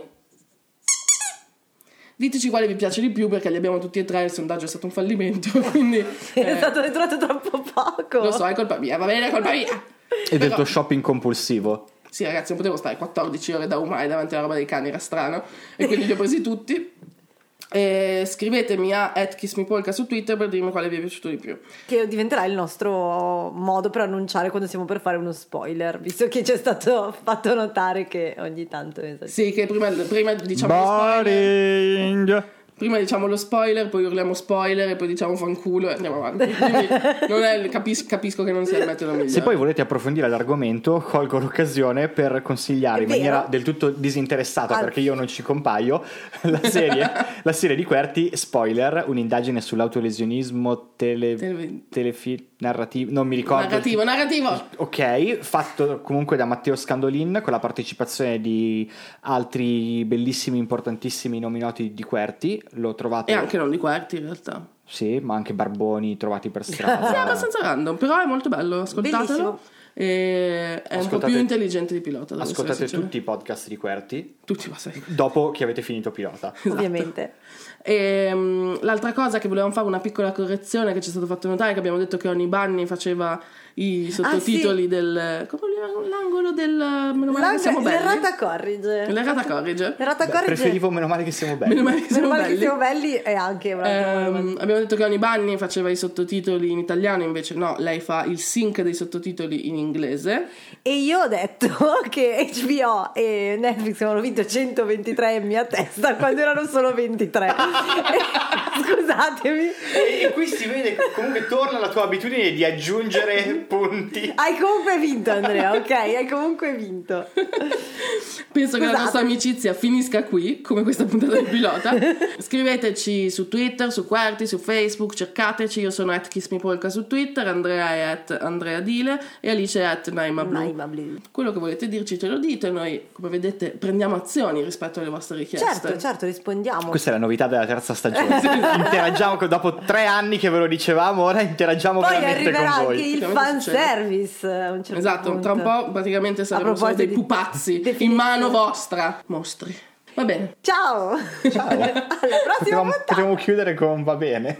Diteci quale vi piace di più, perché li abbiamo tutti e tre, il sondaggio è stato un fallimento, quindi È eh, stato durato troppo poco. lo so, è colpa mia, va bene, è colpa mia. E del Però- tuo shopping compulsivo. Sì, ragazzi, non potevo stare quattordici ore da umai davanti alla roba dei cani, era strano, e quindi li ho presi tutti. E scrivetemi a at kissmepolka su Twitter per dirmi quale vi è piaciuto di più. Che diventerà il nostro modo per annunciare quando siamo per fare uno spoiler, visto che ci è stato fatto notare che ogni tanto esageriamo. Sì, che prima, prima diciamo lo spoiler, Boring. prima diciamo lo spoiler, poi urliamo spoiler e poi diciamo fanculo e andiamo avanti. Quindi non è, capis- capisco che non sia il metodo migliore. Se poi volete approfondire l'argomento, colgo l'occasione per consigliare È in maniera vero. del tutto disinteressata, Ah. perché io non ci compaio, la serie, la serie di Querti, spoiler, un'indagine sull'autolesionismo tele, Tele- telefil narrativo, non mi ricordo. Narrativo, narrativo! Ok, fatto comunque da Matteo Scandolin con la partecipazione di altri bellissimi, importantissimi nomi noti di Querti. Lo trovate. E anche non di quarti in realtà. Sì, ma anche barboni trovati per Sì, è strada. abbastanza random, però è molto bello, ascoltatelo. Bellissimo. E è un po' Ascoltate- più intelligente di Pilota. devo essere Ascoltate sincera. tutti i podcast di Querti Tutti, ma sai. dopo che avete finito Pilota. Ovviamente. E, um, l'altra cosa che volevamo fare una piccola correzione che ci è stato fatto notare, che abbiamo detto che Oni Banni faceva i sottotitoli sì. del come l'angolo del meno male che siamo belli, L'errata corrige. l'errata corrige. L'errata Beh, corrige. preferivo meno male che siamo belli. Meno male che Meno siamo male che belli. siamo belli è anche un'altra Ehm, abbiamo detto che Oni Banni faceva i sottotitoli in italiano, invece no, lei fa il sync dei sottotitoli in inglese. E io ho detto che H B O e Netflix avevano vinto centoventitré Emmy a testa quando erano solo ventitré. Scusatemi. E qui si vede che comunque torna la tua abitudine di aggiungere punti. Hai comunque vinto, Andrea, ok? Hai comunque vinto. Penso che la Scusate. nostra amicizia finisca qui, come questa puntata di Pilota. Scriveteci su Twitter, su Querti, su Facebook, cercateci. Io sono at kissmepolka su Twitter, Andrea è at Andrea Dile e Alice è at Naima Blu. Naima Blu. Quello che volete dirci ce lo dite, noi come vedete prendiamo azioni rispetto alle vostre richieste. Certo, certo, rispondiamo. Questa è la novità della terza stagione. Interagiamo con- dopo tre anni che ve lo dicevamo, ora interagiamo Poi veramente arriverà con anche voi. il Effettivamente fanservice a un certo Esatto, punto. tra un po' praticamente saremo solo proposito dei di pupazzi in definizione. mano vostra. Mostri. Va bene. Ciao. Ciao. Alla prossima Potevamo, puntata. potevamo chiudere con va bene.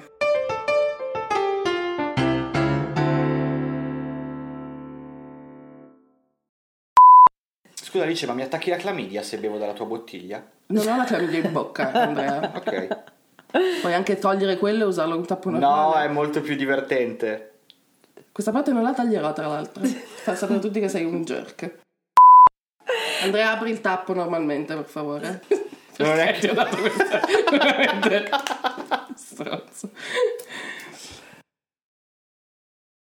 Scusa Alice, ma mi attacchi la clamidia se bevo dalla tua bottiglia? Non ho la clamidia in bocca, Andrea. Ok. Puoi anche togliere quello e usarlo con un tappo No, normale. è molto più divertente. Questa parte non la taglierò, tra l'altro. Fa sapere a tutti che sei un jerk. Andrea, apri il tappo normalmente, per favore. Non è Ti ho dato questa veramente stronzo.